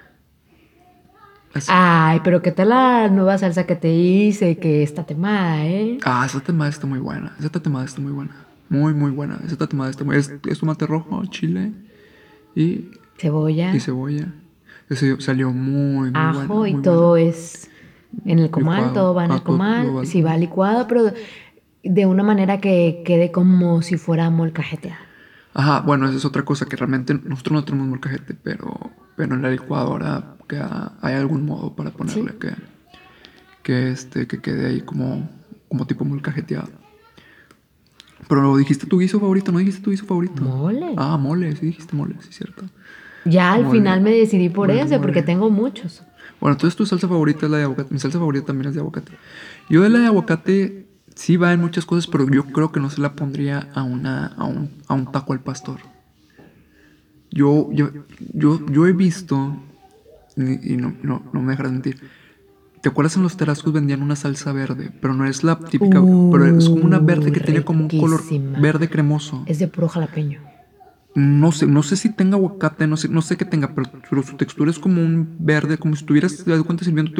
Así. Ay, pero ¿qué tal la nueva salsa que te hice? Que está temada, ¿eh? Ah, esa tatemada está muy buena. Esa tatemada está muy buena. Muy, muy buena. Esa tatemada está muy... Es tomate rojo, chile y, y Cebolla, cebolla. Ese salió muy, muy buena, ajo y muy buena. todo es en el comal, Licuado. todo va en Ah, el todo comal. va Sí va licuado. licuado, pero de una manera que quede como si fuera molcajeteada. Ajá, bueno, esa es otra cosa que realmente nosotros no tenemos molcajete, pero en la licuadora hay algún modo para ponerle Sí, que quede ahí como tipo molcajeteado. Pero dijiste tu guiso favorito, ¿no dijiste tu guiso favorito? mole. Ah, mole, sí dijiste mole, sí, cierto. Ya al Mole. final me decidí por Bueno, ese, porque mole. tengo muchos. Bueno, entonces tu salsa favorita es la de aguacate. Mi salsa favorita también es de aguacate. Yo de la de aguacate sí va en muchas cosas, pero yo creo que no se la pondría a un taco al pastor. Yo, yo, yo he visto, y no me dejarás mentir. ¿Te acuerdas en los Tarascos vendían una salsa verde? Pero no es la típica, pero es como una verde que tiene como un color Riquísima. verde cremoso. Es de puro jalapeño. No sé si tenga aguacate, no sé qué tenga, pero su textura es como un verde, como si estuvieras, te das cuenta, sirviéndote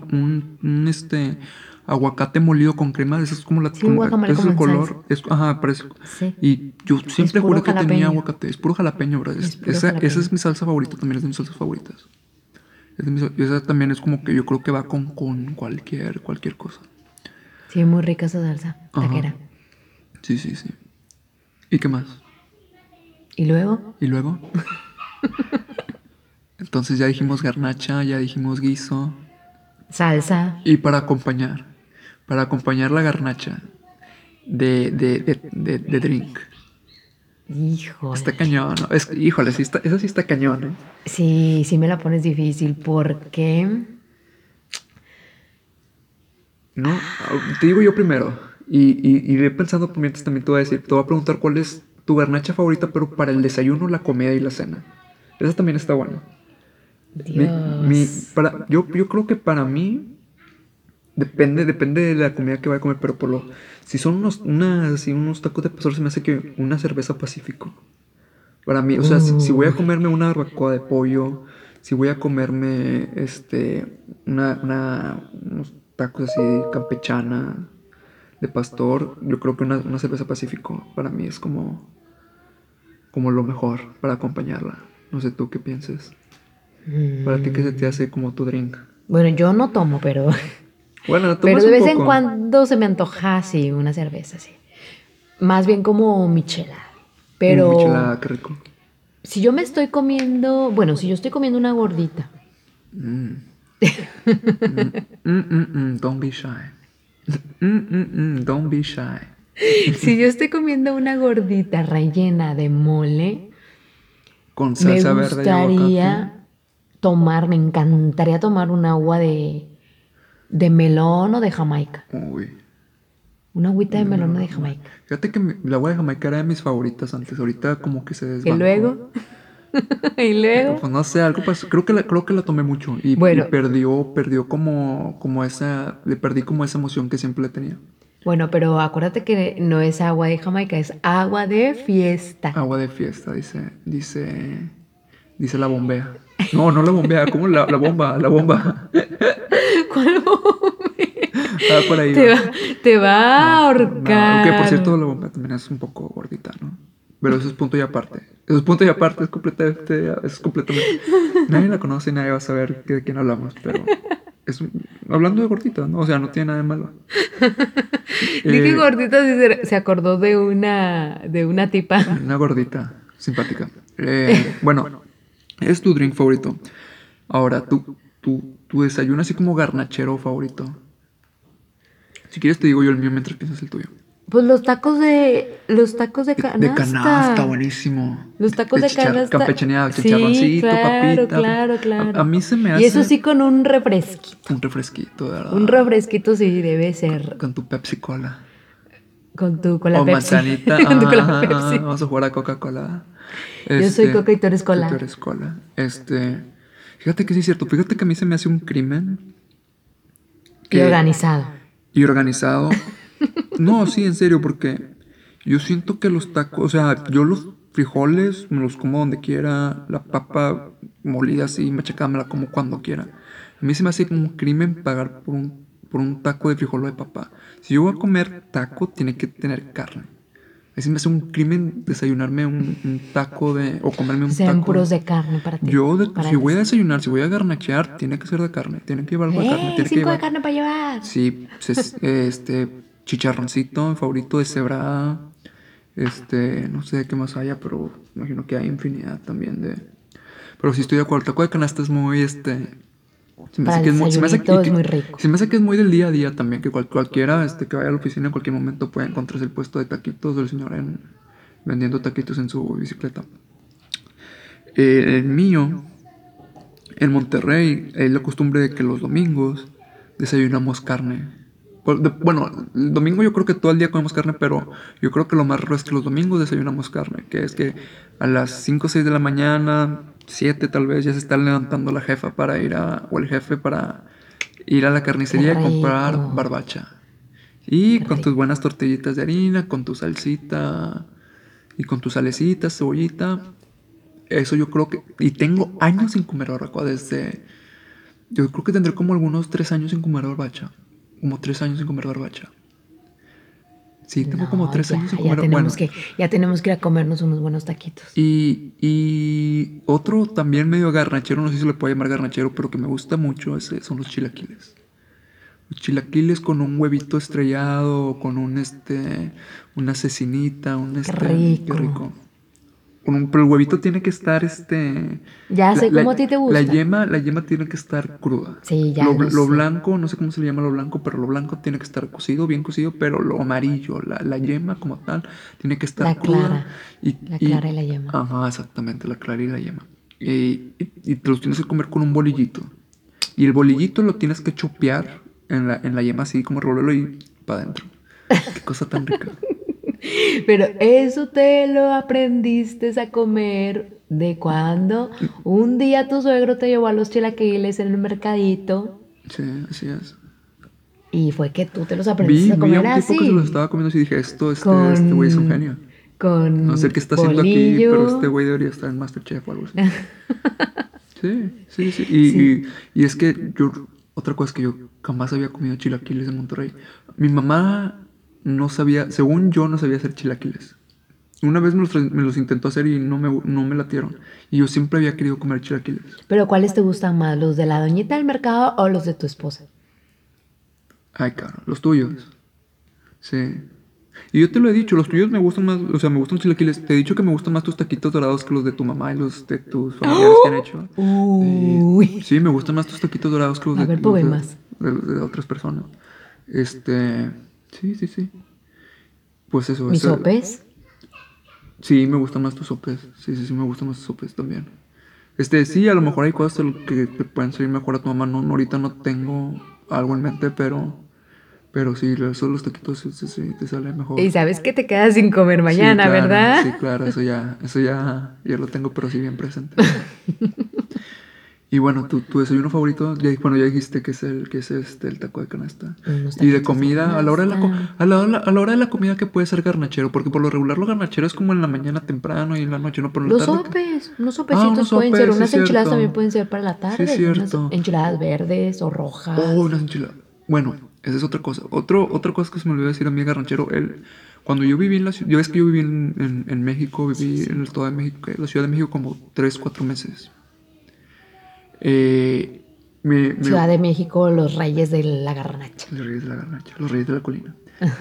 aguacate molido con crema, ese es como Sí, un guacamole ese es como el en salsa. color, ajá, parece. Sí. Y yo Es siempre puro juré que tenía jalapeño. aguacate, es puro jalapeño, bro. Es puro Esa jalapeño. es mi salsa favorita, también es de mis salsas favoritas. Y esa también es como que yo creo que va con cualquier cosa. Sí, muy rica esa salsa Ajá. taquera. Sí, sí, sí. ¿Y qué más? Y luego, ¿Y luego? Entonces ya dijimos garnacha, ya dijimos guiso. salsa. Y para acompañar la garnacha de drink. Híjole. Está cañón, ¿no? Híjole, esa sí está cañón, ¿eh? Sí, sí me la pones difícil porque... No, te digo yo primero. Y ve pensando mientras también te voy a decir, te voy a preguntar cuál es tu garnacha favorita, pero para el desayuno, la comida y la cena. Esa también está buena. Dios. Yo creo que para mí depende de la comida que vaya a comer, pero si son unos tacos de pastor, se me hace que una cerveza Pacífico. Para mí, o sea, si voy a Uy, comerme una barbacoa de pollo, si voy a comerme unos tacos así campechana de pastor, yo creo que una cerveza Pacífico para mí es como como lo mejor para acompañarla. No sé tú qué pienses. Para ti, ¿qué se te hace como tu drink? Bueno, yo no tomo, pero, Bueno, pero tomas de un vez en poco. cuando se me antoja así, una cerveza, sí. Más bien como michelada. Pero Michelada, qué rico. si yo me estoy comiendo, bueno, si yo estoy comiendo una gordita, Don't be shy. Don't be shy. si yo estoy comiendo una gordita rellena de mole, Con me salsa verde y aguacate. me encantaría tomar un agua de melón o de Jamaica. Uy. Una agüita de De melón o melón de a Jamaica. Jamaica. Fíjate que la agua de Jamaica era de mis favoritas antes. Ahorita como que se Y desbancó. luego, y luego. Pues no sé, algo pasó. Creo que la tomé mucho. Y Bueno, perdió como esa. Le perdí como esa emoción que siempre le tenía. bueno, pero acuérdate que no es agua de Jamaica, es agua de fiesta. Agua de fiesta, dice la bombea. No, no la bombea, ¿cómo la bomba? La bomba. ¿Cuál bombe? Ah, por ahí Te va. va, te va a Que por cierto, ahorcar. la bomba también es un poco gordita, ¿no? Pero eso es punto y aparte. Eso es punto y aparte, es completamente. Nadie la conoce y nadie va a saber de quién hablamos, pero hablando de gordita, ¿no? O sea, no tiene nada de malo. Dije Eh, gordita si se acordó de una tipa. una gordita, simpática. Bueno, es tu drink favorito. Ahora, tu desayuno así como garnachero favorito. Si quieres te digo yo el mío mientras piensas el tuyo. Pues los tacos de De canasta, canasta. buenísimo. Los tacos de canasta. Campechaneado, Sí, chicharroncito, claro, papita. claro, A claro. mí se me Y eso hace sí con un refresquito. un refresquito, de Un verdad. refresquito sí debe ser Con tu Pepsi Cola. con la O Pepsi. manzanita. Con la Pepsi. Vamos a jugar a Coca-Cola. Yo soy Coca y tú eres Y cola. tú eres cola. Fíjate que sí es cierto. Fíjate que a mí se me hace un crimen. Y organizado. Y organizado. No, sí, en serio, porque yo siento que los tacos, o sea, yo los frijoles me los como donde quiera, la papa molida así, machacada, me la como cuando quiera. A mí se me hace como un crimen pagar por un taco de frijol o de papa. Si yo voy a comer taco, tiene que tener carne. A mí se me hace un crimen desayunarme un taco o comerme un Sean taco. puros de carne para ti. Si voy a desayunar, si voy a garnachear, tiene que ser de carne, tiene que llevar algo de carne, tiene que 5 de llevar. carne para llevar. Sí, chicharroncito, mi favorito de cebrada. No sé qué más haya, pero imagino que hay infinidad también de. Pero sí estoy de acuerdo. El taco de canasta es muy, se me Para hace el que es muy, se me hace desayunito que- es muy rico. se me hace que es muy del día a día también, que cualquiera, que vaya a la oficina en cualquier momento puede encontrarse el puesto de taquitos del señor vendiendo taquitos en su bicicleta. El mío, en Monterrey, es la costumbre de que los domingos desayunamos carne. Bueno, el domingo yo creo que todo el día comemos carne, pero yo creo que lo más raro es que los domingos desayunamos carne, que es que a las 5 o 6 de la mañana, 7 tal vez, ya se está levantando la jefa o el jefe para ir a la carnicería y comprar rico. barbacha. Y Qué con tus rico. buenas tortillitas de harina, con tu salsita y con tus salecitas, cebollita. Eso yo creo que. Y tengo años sin comer barbacoa Yo creo que tendré como algunos 3 años sin comer barbacha. Como 3 años sin comer barbacha. Sí, tengo como No, 3 años sin comer. ya tenemos que ir a comernos unos buenos taquitos. Y otro también medio garnachero, no sé si se le puede llamar garnachero, pero que me gusta mucho, son los chilaquiles. Los chilaquiles con un huevito estrellado, con una cecinita, Qué rico. qué rico. Pero el huevito tiene que estar, Ya sé cómo a ti te gusta. la yema tiene que estar cruda. Sí, ya lo Lo sé. blanco, no sé cómo se le llama lo blanco, pero lo blanco tiene que estar cocido, bien cocido, pero lo amarillo, la yema como tal, tiene que estar La cruda. clara. La clara y la yema. Ajá, exactamente, la clara y la yema. Y te los tienes que comer con un bolillito. Y el bolillito lo tienes que chupear en la yema así, como revolverlo y para adentro. Qué cosa tan rica. Pero eso te lo aprendiste a comer de cuando un día tu suegro te llevó a los chilaquiles en el mercadito Sí, así es. y fue que tú te los Vi aprendiste a a comer un tipo que se los así. estaba comiendo así y dije, este güey es un genio. Con No sé qué está haciendo aquí, bolillo. pero este güey debería estar en MasterChef o algo así. Sí. Sí. Y es que otra cosa es que yo jamás había comido chilaquiles en Monterrey. Mi mamá no sabía, según yo, no sabía hacer chilaquiles. Una vez me los intentó hacer y no me latieron. Y yo siempre había querido comer chilaquiles. ¿Pero cuáles te gustan más? ¿Los de la doñita del mercado o los de tu esposa? Ay, cabrón, los tuyos. Sí. Y yo te lo he dicho, los tuyos me gustan más, o sea, me gustan chilaquiles. Te he dicho que me gustan más tus taquitos dorados que los de tu mamá y los de tus familiares que han hecho. Uy. Sí, me gustan más tus taquitos dorados que los A ver, pues, más. de otras personas. Sí. Pues eso. ¿Mis sopes? Sí, me gustan más tus sopes. Sí, me gustan más tus sopes también. Sí, a lo mejor hay cosas que te pueden salir mejor a tu mamá. No, ahorita no tengo algo en mente, pero sí, eso de los taquitos sí, te sale mejor. Y sabes que te quedas sin comer mañana, sí, claro, ¿verdad? Sí, claro, eso ya lo tengo, pero sí bien presente. Y bueno, tu desayuno favorito, ya dijiste que es el taco de canasta. Y de comida, a la hora de la comida, que puede ser garnachero, porque por lo regular lo garnachero es como en la mañana temprano y en la noche, no por la Los tarde. sopes, unos sopecitos pueden ser, unas enchiladas también pueden ser para la tarde, Sí, cierto. unas enchiladas verdes o rojas. Unas enchiladas. Bueno, esa es otra cosa. Otra cosa que se me olvidó decir a mí, garnachero, cuando yo viví en la ciudad, yo ves que yo viví en México, viví en el Estado de México, la Ciudad de México como 3-4 meses. Ciudad de México, los reyes de la garnacha. Los reyes de la garnacha, los reyes de la colina.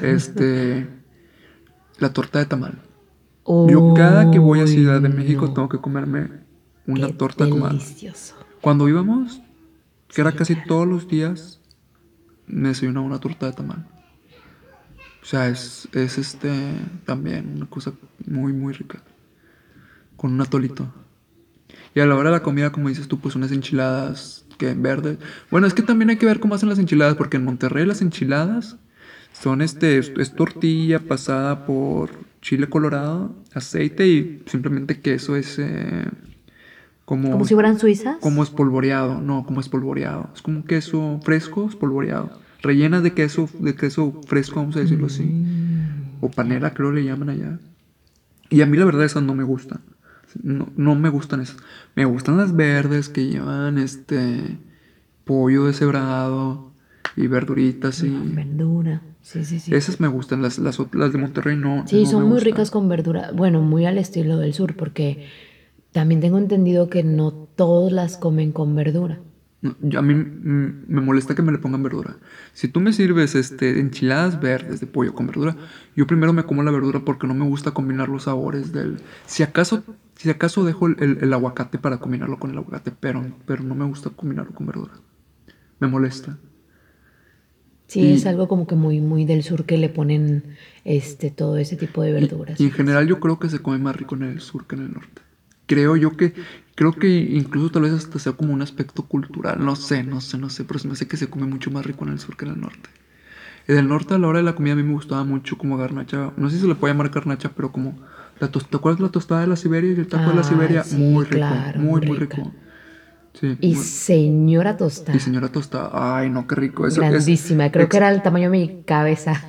La torta de tamal. Yo cada que voy a Ciudad de México tengo que comerme una torta de tamal. Delicioso. Cuando íbamos, que era casi todos los días, me desayunaba una torta de tamal. O sea, es también una cosa muy, muy rica. Con un atolito. Y a la hora de la comida, como dices tú, pues unas enchiladas que verdes. Bueno, es que también hay que ver cómo hacen las enchiladas, porque en Monterrey las enchiladas son es tortilla pasada por chile colorado, aceite y simplemente queso ¿Como si fueran suizas? Como espolvoreado, no, como espolvoreado. Es como un queso fresco, espolvoreado. Rellenas de queso fresco, vamos a decirlo así. O panela, creo le llaman allá. Y a mí la verdad esas no me gustan. No me gustan esas. Me gustan las verdes que llevan pollo deshebrado y verduritas y verdura. Sí. Esas me gustan, las de Monterrey no. Sí, no son me muy gustan. ricas con verdura. Bueno, muy al estilo del sur, porque también tengo entendido que no todos las comen con verdura. No, a mí me molesta que me le pongan verdura. Si tú me sirves enchiladas verdes de pollo con verdura, yo primero me como la verdura porque no me gusta combinar los sabores del... Si acaso dejo el aguacate para combinarlo con el aguacate, pero no me gusta combinarlo con verdura. Me molesta. Sí, es algo como que muy, muy del sur que le ponen todo ese tipo de verduras. Y en general yo creo que se come más rico en el sur que en el norte. Creo que incluso tal vez hasta sea como un aspecto cultural. No sé, pero se me hace que se come mucho más rico en el sur que en el norte. En el norte a la hora de la comida a mí me gustaba mucho como garnacha. No sé si se le puede llamar garnacha, pero como ¿te acuerdas de la tostada de la Siberia y el taco de la Siberia? Sí, muy rico, claro, muy muy rico. Sí, y señora tostada. Y señora tostada. Ay, no, qué rico. Eso grandísima. Creo que era el tamaño de mi cabeza.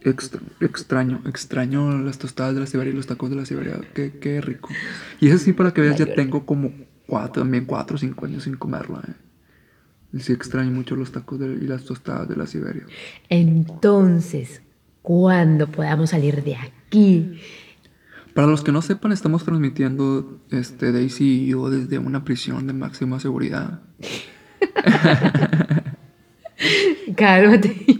Extraño las tostadas de la Siberia y los tacos de la Siberia. Qué rico. Y eso sí, para que veas, ya tengo como 4 o 5 años sin comerlo. Y sí extraño mucho los tacos y las tostadas de la Siberia. Entonces, cuando podamos salir de aquí... Para los que no sepan, estamos transmitiendo Daisy y yo desde una prisión de máxima seguridad. Cálmate.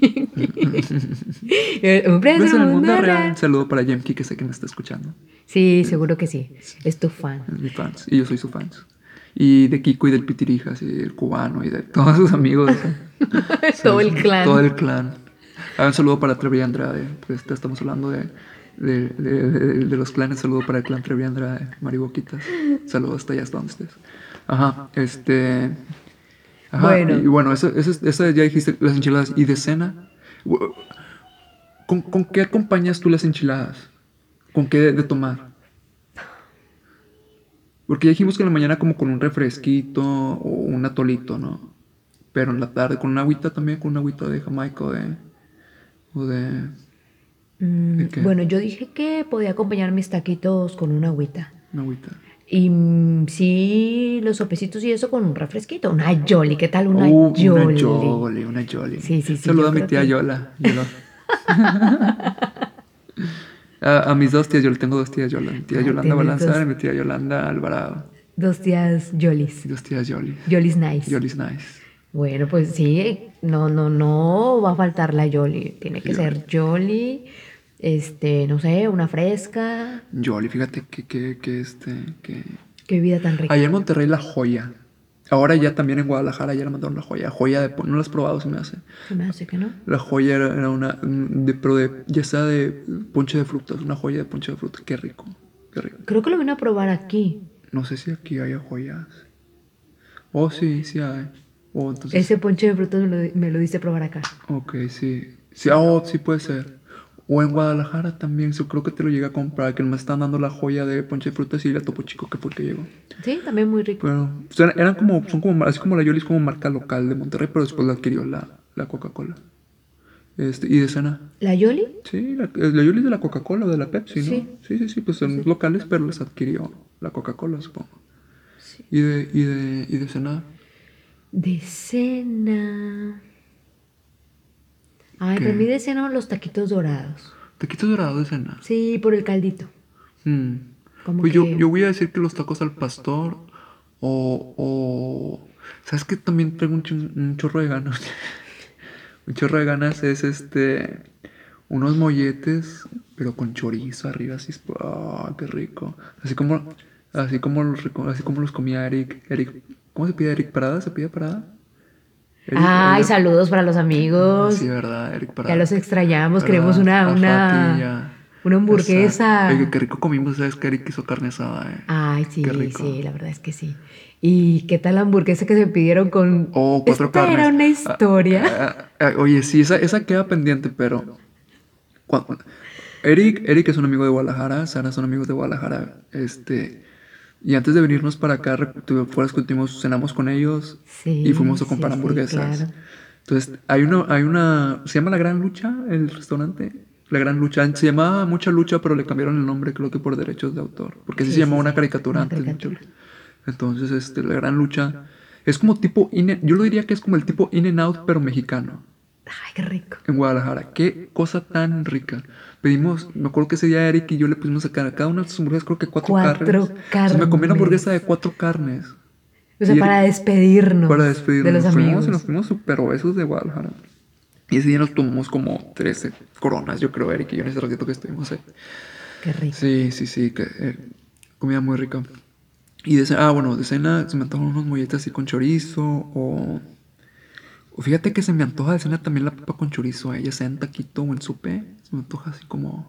Un preso ¿Ves en el mundo mundo real? real. Un saludo para Yemki, que sé que me está escuchando. Sí, seguro que sí. Es tu fan. Es mi fans. Y yo soy su fans. Y de Kiko y del Pitirijas y del cubano y de todos sus amigos. Todo el clan. Todo el clan. Un saludo para Trevi Andrade. Pues estamos hablando de los clanes. Saludo para el clan Trevi Andrade. Mariboquitas. Saludos hasta allá, hasta donde estés. Ajá. Ajá. Bueno. Y bueno, esa ya dijiste, las enchiladas. Y de cena, ¿con qué acompañas tú las enchiladas? ¿Con qué de tomar? Porque ya dijimos que en la mañana como con un refresquito o un atolito, ¿no? Pero en la tarde con una agüita también, con una agüita de Jamaica o de qué? Bueno, yo dije que podía acompañar mis taquitos con una agüita. Una agüita. Y sí, los sopecitos y eso con un refresquito. Una Yoli, ¿qué tal una Yoli? Una Yoli. Sí. Saluda a mi tía Yola. A mis dos tías, yo le tengo dos tías Yolanda. Mi tía Yolanda tienes Balanzar dos. y mi tía Yolanda Alvarado. Dos tías Yolis. Y dos tías Yoli. Yolis nice. Yolis nice. Bueno, pues sí, no va a faltar la Yoli. Tiene que Sí, ser Yoli, no sé, una fresca. Yoli, fíjate Qué vida tan rica. allá en Monterrey la joya. Ahora ya también en Guadalajara ya le mandaron la joya. ¿No la has probado? Se me hace. Se me hace que no. La joya era una, ya sea de ponche de frutas, una joya de ponche de frutas. Qué rico, qué rico. Creo que lo vine a probar aquí. No sé si aquí haya joyas. Oh, sí, sí hay. Oh, entonces. Ese ponche de frutas me lo diste a probar acá. Ok, sí. Sí, sí puede ser. O en Guadalajara también, yo creo que te lo llegué a comprar, que me están dando la joya de ponche de frutas y la Topo Chico, que fue el que llegó. Sí, también muy rico. Pero pues, son como, así como la Yoli es como marca local de Monterrey, pero después la adquirió la Coca-Cola. Y de cena. ¿La Yoli? Sí, la Yoli es de la Coca-Cola o de la Pepsi, ¿no? Sí. Sí, pues son locales, pero las adquirió la Coca-Cola, supongo. Sí. ¿Y de cena? De cena. Ay, ¿Qué? para mí de cena los taquitos dorados. Taquitos dorados de cena. Sí, por el caldito. Como Pues que- yo voy a decir que los tacos al pastor ¿sabes qué? También traigo un chorro de ganas. Un chorro de ganas es unos molletes, pero con chorizo arriba, así, qué rico. Así como los comía Eric, ¿cómo se pide Eric Parada? ¿Se pide Parada? Ay, saludos para los amigos. Sí, verdad, Eric Parada. Ya los extrañamos. ¿Verdad? Queremos A Fati, una hamburguesa. Exacto. Oye, qué rico comimos, ¿sabes? Que Eric hizo carne asada, Ay, sí, Qué rico. sí, la verdad es que sí. ¿Y qué tal la hamburguesa que se pidieron con... Oh, 4 Esta carnes. era una historia. Oye, sí, esa queda pendiente, pero... Eric es un amigo de Guadalajara, Sara son amigos de Guadalajara, y antes de venirnos para acá, fueras que cenamos con ellos Sí, y fuimos a sí, comprar sí, hamburguesas. claro. Entonces, se llama La Gran Lucha, el restaurante. La Gran Lucha, se llamaba Mucha Lucha, pero le cambiaron el nombre, creo que por derechos de autor, porque así Sí, se llamaba sí, una sí, caricatura una antes. caricatura. Entonces, La Gran Lucha es como tipo, yo lo diría que es como el tipo In-N-Out, pero mexicano. Ay, qué rico. En Guadalajara. Qué cosa tan rica. Me acuerdo que ese día Eric y yo le pusimos a cada una de estas hamburguesas, creo que 4 Cuatro carnes. O sea, me comí una hamburguesa de carnes. 4 carnes. O sea, Y para despedirnos, para despedirnos. de los amigos. Nos fuimos súper obesos de Guadalajara. Y ese día nos tomamos como 13 coronas, yo creo, Eric y yo en ese ratito que estuvimos ahí. Qué rico. Sí, comida muy rica. Y de cena se me antojan unos molletes así con chorizo o fíjate que se me antoja de cena también la papa con chorizo, ya sea en taquito o en supe. Se me antoja así como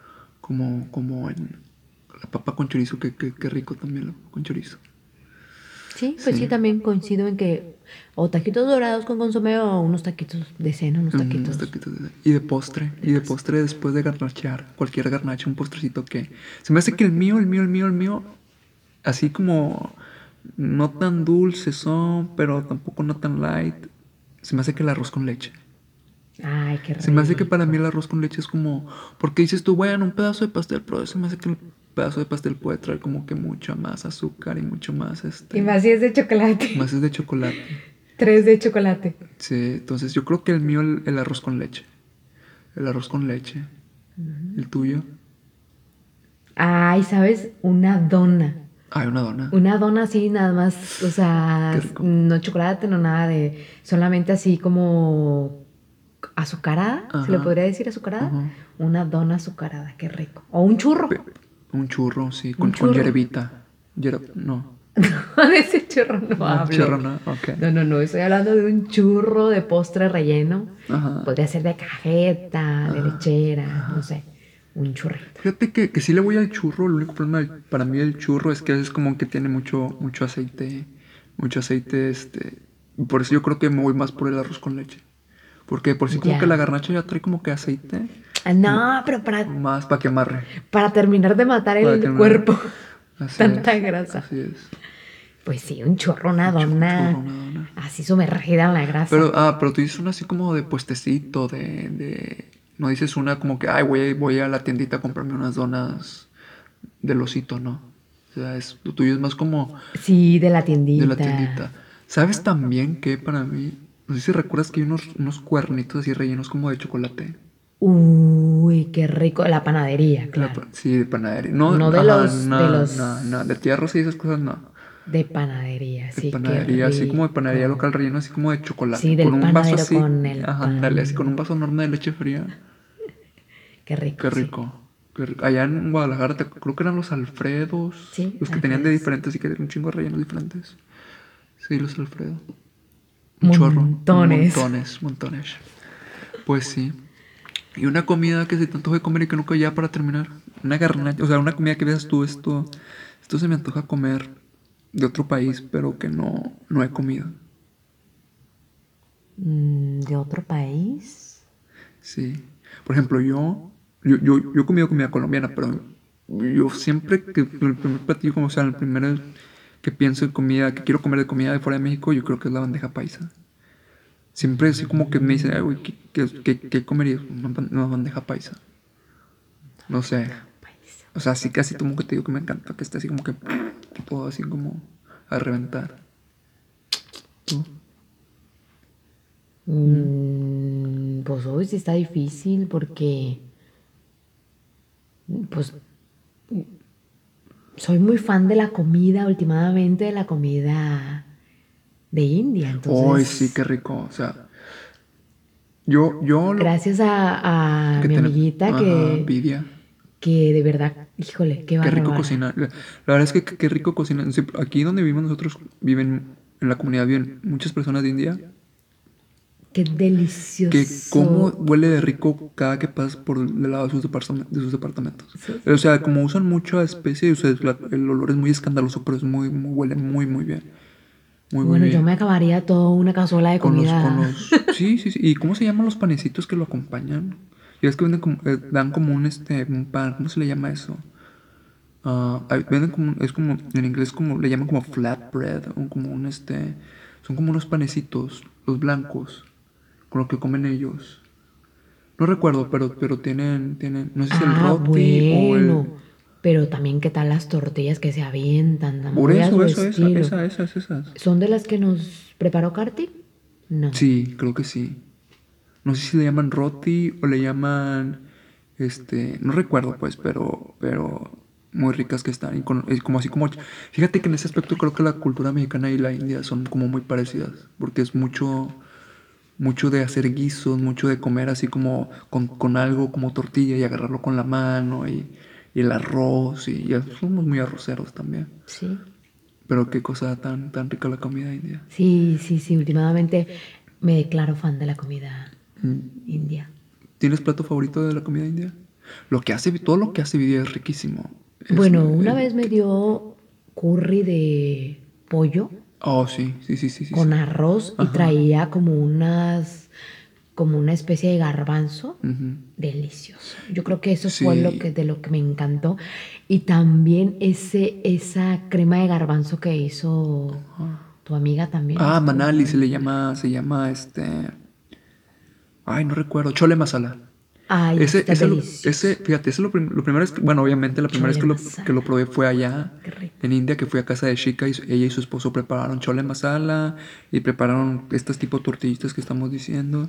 en la papa con chorizo, que rico también la papa con chorizo. Sí, pues sí, Sí. también coincido en que o taquitos dorados con consomé o unos taquitos de cena, unos taquitos. Y de postre. Y de postre después de garnachear. Cualquier garnache, un postrecito que... Se me hace que el mío, así como no tan dulce son, pero tampoco no tan light. Se me hace que el arroz con leche. Ay, qué rico. Se me hace que para mí el arroz con leche es como... Porque dices tú, bueno, un pedazo de pastel, pero se me hace que el pedazo de pastel puede traer como que mucha más azúcar y mucho más Y más si es de chocolate. Más es de chocolate. 3 de chocolate. Sí, entonces yo creo que el mío el arroz con leche. El arroz con leche. ¿El tuyo? Ay, ¿sabes? Una dona. Hay una dona. Una dona así, nada más, o sea, Qué rico. no chocolate, no nada de... Solamente así como azucarada, ¿se le Ajá. podría decir azucarada? Ajá. Una dona azucarada, qué rico. O un churro. Un churro, sí, Un con churro. yerbita. No. De ese churro no hablo. Churro no, ok. No, estoy hablando de un churro de postre relleno. Ajá. Podría ser de cajeta, de lechera, no sé, un churrito. Fíjate que sí le voy al churro. El único problema para mí del churro es que es como que tiene mucho aceite. Mucho aceite, Por eso yo creo que me voy más por el arroz con leche. Porque por sí como Ya. que la garnacha ya trae como que aceite. Ah, no, pero Más para que amarre. para terminar de matar Para el terminar. cuerpo. Así Tanta es, grasa. Así es. Pues sí, un churro, una Un dona. churro, una dona. Así sumergida en la grasa. Pero tú dices una así como de puestecito, no dices una como que, ay, voy a la tiendita a comprarme unas donas del osito, ¿no? O sea, lo tuyo es más como Sí, de la tiendita. de la tiendita. ¿Sabes también que para mí, no sé si recuerdas que hay unos cuernitos así rellenos como de chocolate? Uy, Uy, qué rico. La panadería, claro. Sí, de panadería. No, No de ajá, los, no, de los no, no, de tierras y esas cosas no. de panadería, De sí, qué panadería, así como de panadería rico. local relleno, así como de chocolate. Sí, Con del un vaso panadero así, con el ajá, ándale, así con un pan. vaso enorme de leche fría. Qué rico, Qué sí. rico. Qué rico. Allá en Guadalajara creo que eran los Alfredos. Sí, Los que tenían de Alfredos. diferentes y que eran un chingo de rellenos diferentes. Sí, los Alfredo. Un chorro. Un Montones. montones, montones. Pues sí. Y una comida que se te antoja de comer y que nunca ya para terminar. Una garnacha. O sea, una comida que veas tú, esto se me antoja comer de otro país, pero que no he comido. ¿De otro país? Sí. Por ejemplo, yo he comido comida colombiana, pero yo siempre que el primer platillo, como sea, el primer que pienso en comida, que quiero comer de comida de fuera de México, yo creo que es la bandeja paisa. Siempre así como que me dicen, "Ay, güey, ¿qué comerías? Una bandeja paisa. No sé. País. O sea, sí casi como que te digo que me encanta, que esté así como que todo así como a reventar. ¿Tú? Pues hoy sí está difícil porque, pues, soy muy fan de la comida, últimamente de la comida de India. Ay, sí, qué Entonces, rico. O sea, yo lo gracias a que mi tenemos, amiguita ajá, envidia. que de verdad, híjole, qué Qué rico bárbara. cocinar. La verdad es que qué rico cocinar. Sí, aquí donde vivimos nosotros, viven, en la comunidad viven muchas personas de India. Qué Que cómo delicioso. huele de rico cada que pasas por el lado de sus departamentos. Sí. O sea, como usan mucha especie, o sea, el olor es muy escandaloso, pero es huele muy, muy bien. Muy, muy Bueno, yo me bien. acabaría toda una cazuela de comida. Sí, sí, sí. ¿Y cómo se llaman los panecitos que lo acompañan? Y es que venden como, dan como un pan, ¿cómo se le llama eso? Venden como, es como, en inglés como, le llaman como flatbread, o como son como unos panecitos, los blancos, con lo que comen ellos. No recuerdo, pero tienen, no sé si es el Ah, roti o el... bueno. Pero también qué tal las tortillas que se avientan, Por muy a su eso, estilo. esas. ¿Son de las que nos preparó Kartik? No. Sí, creo que sí. No sé si le llaman roti o le llaman, no recuerdo pues, pero muy ricas que están. Y es como así como, fíjate que en ese aspecto creo que la cultura mexicana y la india son como muy parecidas, porque es mucho de hacer guisos, mucho de comer así como con algo como tortilla y agarrarlo con la mano y el arroz y ya somos muy arroceros también. Sí. Pero qué cosa tan rica la comida india. Sí, sí, sí. Últimamente me declaro fan de la comida Mm. india. ¿Tienes plato favorito de la comida india? Todo lo que hace Vidia es riquísimo. Bueno, una vez me dio curry de pollo Oh, sí, sí, sí, sí, sí, con sí. arroz y Ajá. traía como una especie de garbanzo. Ujú. Delicioso. Yo creo que eso fue Sí. de lo que me encantó. Y también esa crema de garbanzo que hizo tu amiga también estuvo Manali muy buena. se llama Ay, no recuerdo. Chole masala. Ay, está delicioso. Fíjate, lo primero es que, bueno, obviamente la primera vez Chole que lo masala. probé fue allá Qué rico. en India, que fui a casa de Shika y ella y su esposo prepararon chole masala y prepararon estas tipo tortillitas que estamos diciendo.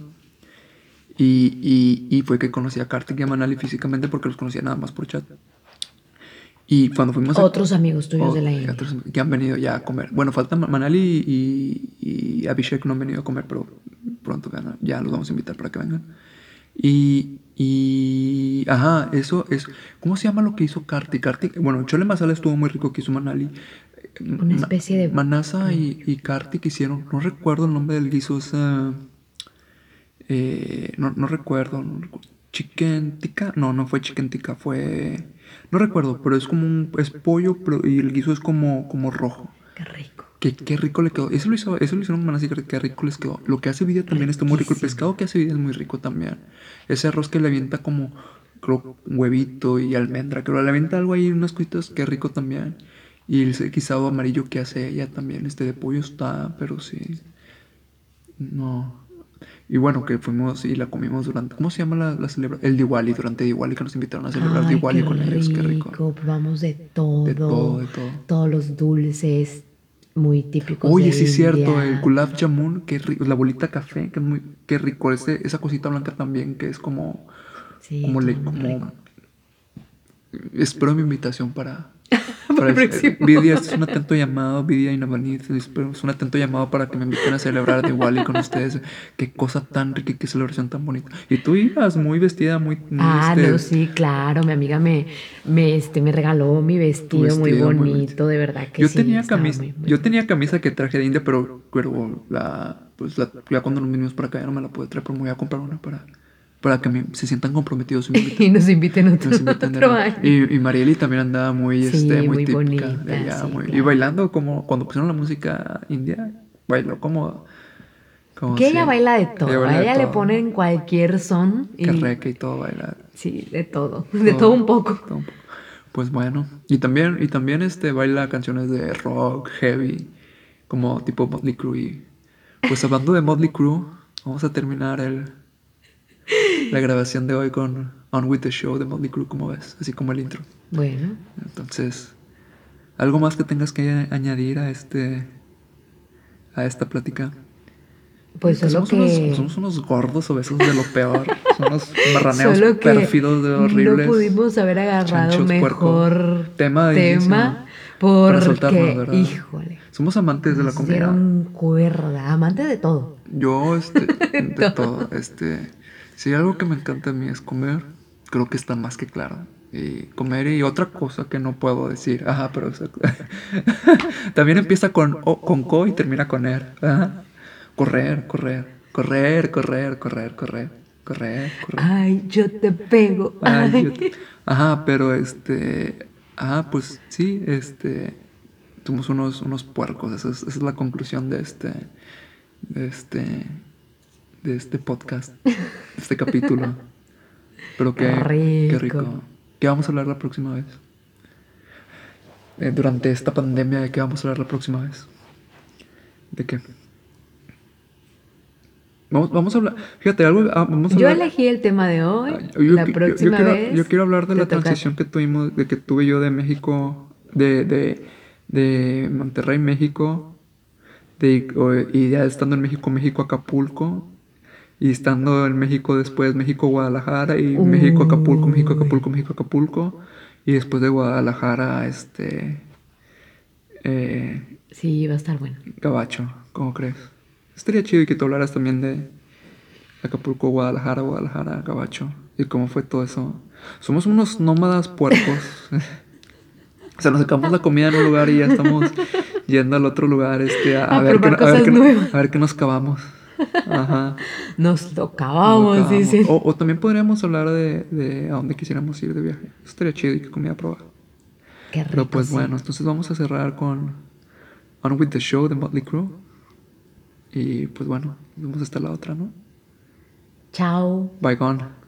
Y fue que conocí a Kartik y a Manali físicamente porque los conocía nada más por chat. Y cuando fuimos a... Otros amigos tuyos de la India. otros que han venido ya a comer. Bueno, falta Manali y Abhishek no han venido a comer, pero pronto ya los vamos a invitar para que vengan. Ajá, eso es... ¿Cómo se llama lo que hizo Kartik? Bueno, chole masala estuvo muy rico que hizo Manali. Una especie de... Manasa No. y Kartik hicieron... No recuerdo el nombre del guiso, no recuerdo. Chicken tikka. No fue chicken tikka, fue... No recuerdo, pero es como es pollo y el guiso es como rojo. Qué rico. Qué rico le quedó. Eso lo hicieron manas y qué rico les quedó. Lo que hace Vidia también está muy rico. El Riquísimo. pescado que hace Vidia es muy rico también. Ese arroz que le avienta como creo, huevito y almendra. Creo le avienta algo ahí, unas cositas, qué rico también. Y el guisado amarillo que hace ella también, de pollo está, pero sí. No. Y bueno, que fuimos y la comimos durante. ¿Cómo se llama la celebración? El Diwali, durante Diwali, que nos invitaron a celebrar Ay, Diwali qué con ellos. Qué rico. rico. Probamos de De todo, todo. de todo. Todos los dulces muy típicos de Oye, sí es cierto, el India. gulab jamun, qué rico. La bolita café, qué rico. Esa cosita blanca también, que es como. Sí, como estuvo muy rico. espero mi invitación para Para el próximo. Vidia, este es un atento llamado, Vidia y Navanit, es un atento llamado para que me inviten a celebrar Diwali con ustedes. Qué cosa tan rica y qué celebración tan bonita. Y tú ibas muy vestida, No, sí, claro, mi amiga me regaló mi tu vestido muy vestido muy bonito. bonito, de verdad que sí, estaba muy Yo tenía bonito. camisa que traje de India, pero ya cuando nos vinimos para acá ya no me la pude traer, pero me voy a comprar una para que se sientan comprometidos y me inviten. Y nos inviten Nos invitan de otro nuevo. año. Y Marieli también andaba Sí, muy muy típica de bonita, allá, sí, y claro. bailando como cuando pusieron la música india, bailó como Que ella si baila de ella todo, baila a de ella le todo, ponen cualquier son y carreca y todo baila, sí, de todo un poco. todo un poco. Pues bueno, y también baila canciones de rock, heavy, como tipo Motley Crue. Y pues hablando de Motley Crue, vamos a terminar la grabación de hoy con On With The Show de Motley Crue, como ves, así como el intro. Bueno, Entonces, ¿algo más que tengas que añadir a esta plática? pues Que somos unos gordos obesos de lo peor. Somos marraneos solo que pérfidos, de no horribles, pudimos haber agarrado chanchos, puercos. mejor Tema de inicio tema para soltarnos, porque, ¿verdad? híjole, Somos amantes de la nos comida. dieron cuerda, amante de todo. Yo, de Todo. todo, si algo que me encanta a mí es comer, creo que está más que claro. Y comer y otra cosa que no puedo decir. Ajá, pero también empieza con co y termina con er. Ajá. Correr, correr, correr, correr, correr, correr, correr, correr. Ay, yo te pego. Ay, Ay. ajá, pero pues sí, somos unos puercos. Esa es la conclusión de este, de este podcast, de este capítulo. Pero Qué qué rico. rico. ¿Qué vamos a hablar la próxima vez? Durante esta pandemia, ¿de qué vamos a hablar la próxima vez? ¿De qué? Vamos a hablar. Fíjate, vamos a Yo hablar. elegí el tema de hoy. Yo, La yo- yo- yo próxima quiero, vez yo quiero hablar de te la toca. transición que tuvimos, de que tuve yo de México, de Monterrey, México, y ya estando en México, México, Acapulco, y estando en México después, México, Guadalajara, y México, Acapulco, México, Uy. Acapulco, México, Acapulco, y después de Guadalajara, Sí, va a estar bueno. Gabacho, ¿cómo crees? Estaría chido y que tú hablaras también de Acapulco, Guadalajara, Guadalajara, Gabacho. Y cómo fue todo eso. Somos unos nómadas puercos. O sea, nos sacamos la comida en un lugar y ya estamos yendo al otro lugar, A probar cosas nuevas. a ver qué nos cavamos. Ajá. Nos lo Nos lo acabamos, cavamos. dicen. O también podríamos hablar de a dónde quisiéramos ir de viaje. Eso estaría chido y qué comida probar. Qué Pero rico, pues sí. bueno, entonces vamos a cerrar con On With The Show de Motley Crue. Y pues bueno, nos vemos hasta la otra, ¿no? Chao. Bye gone.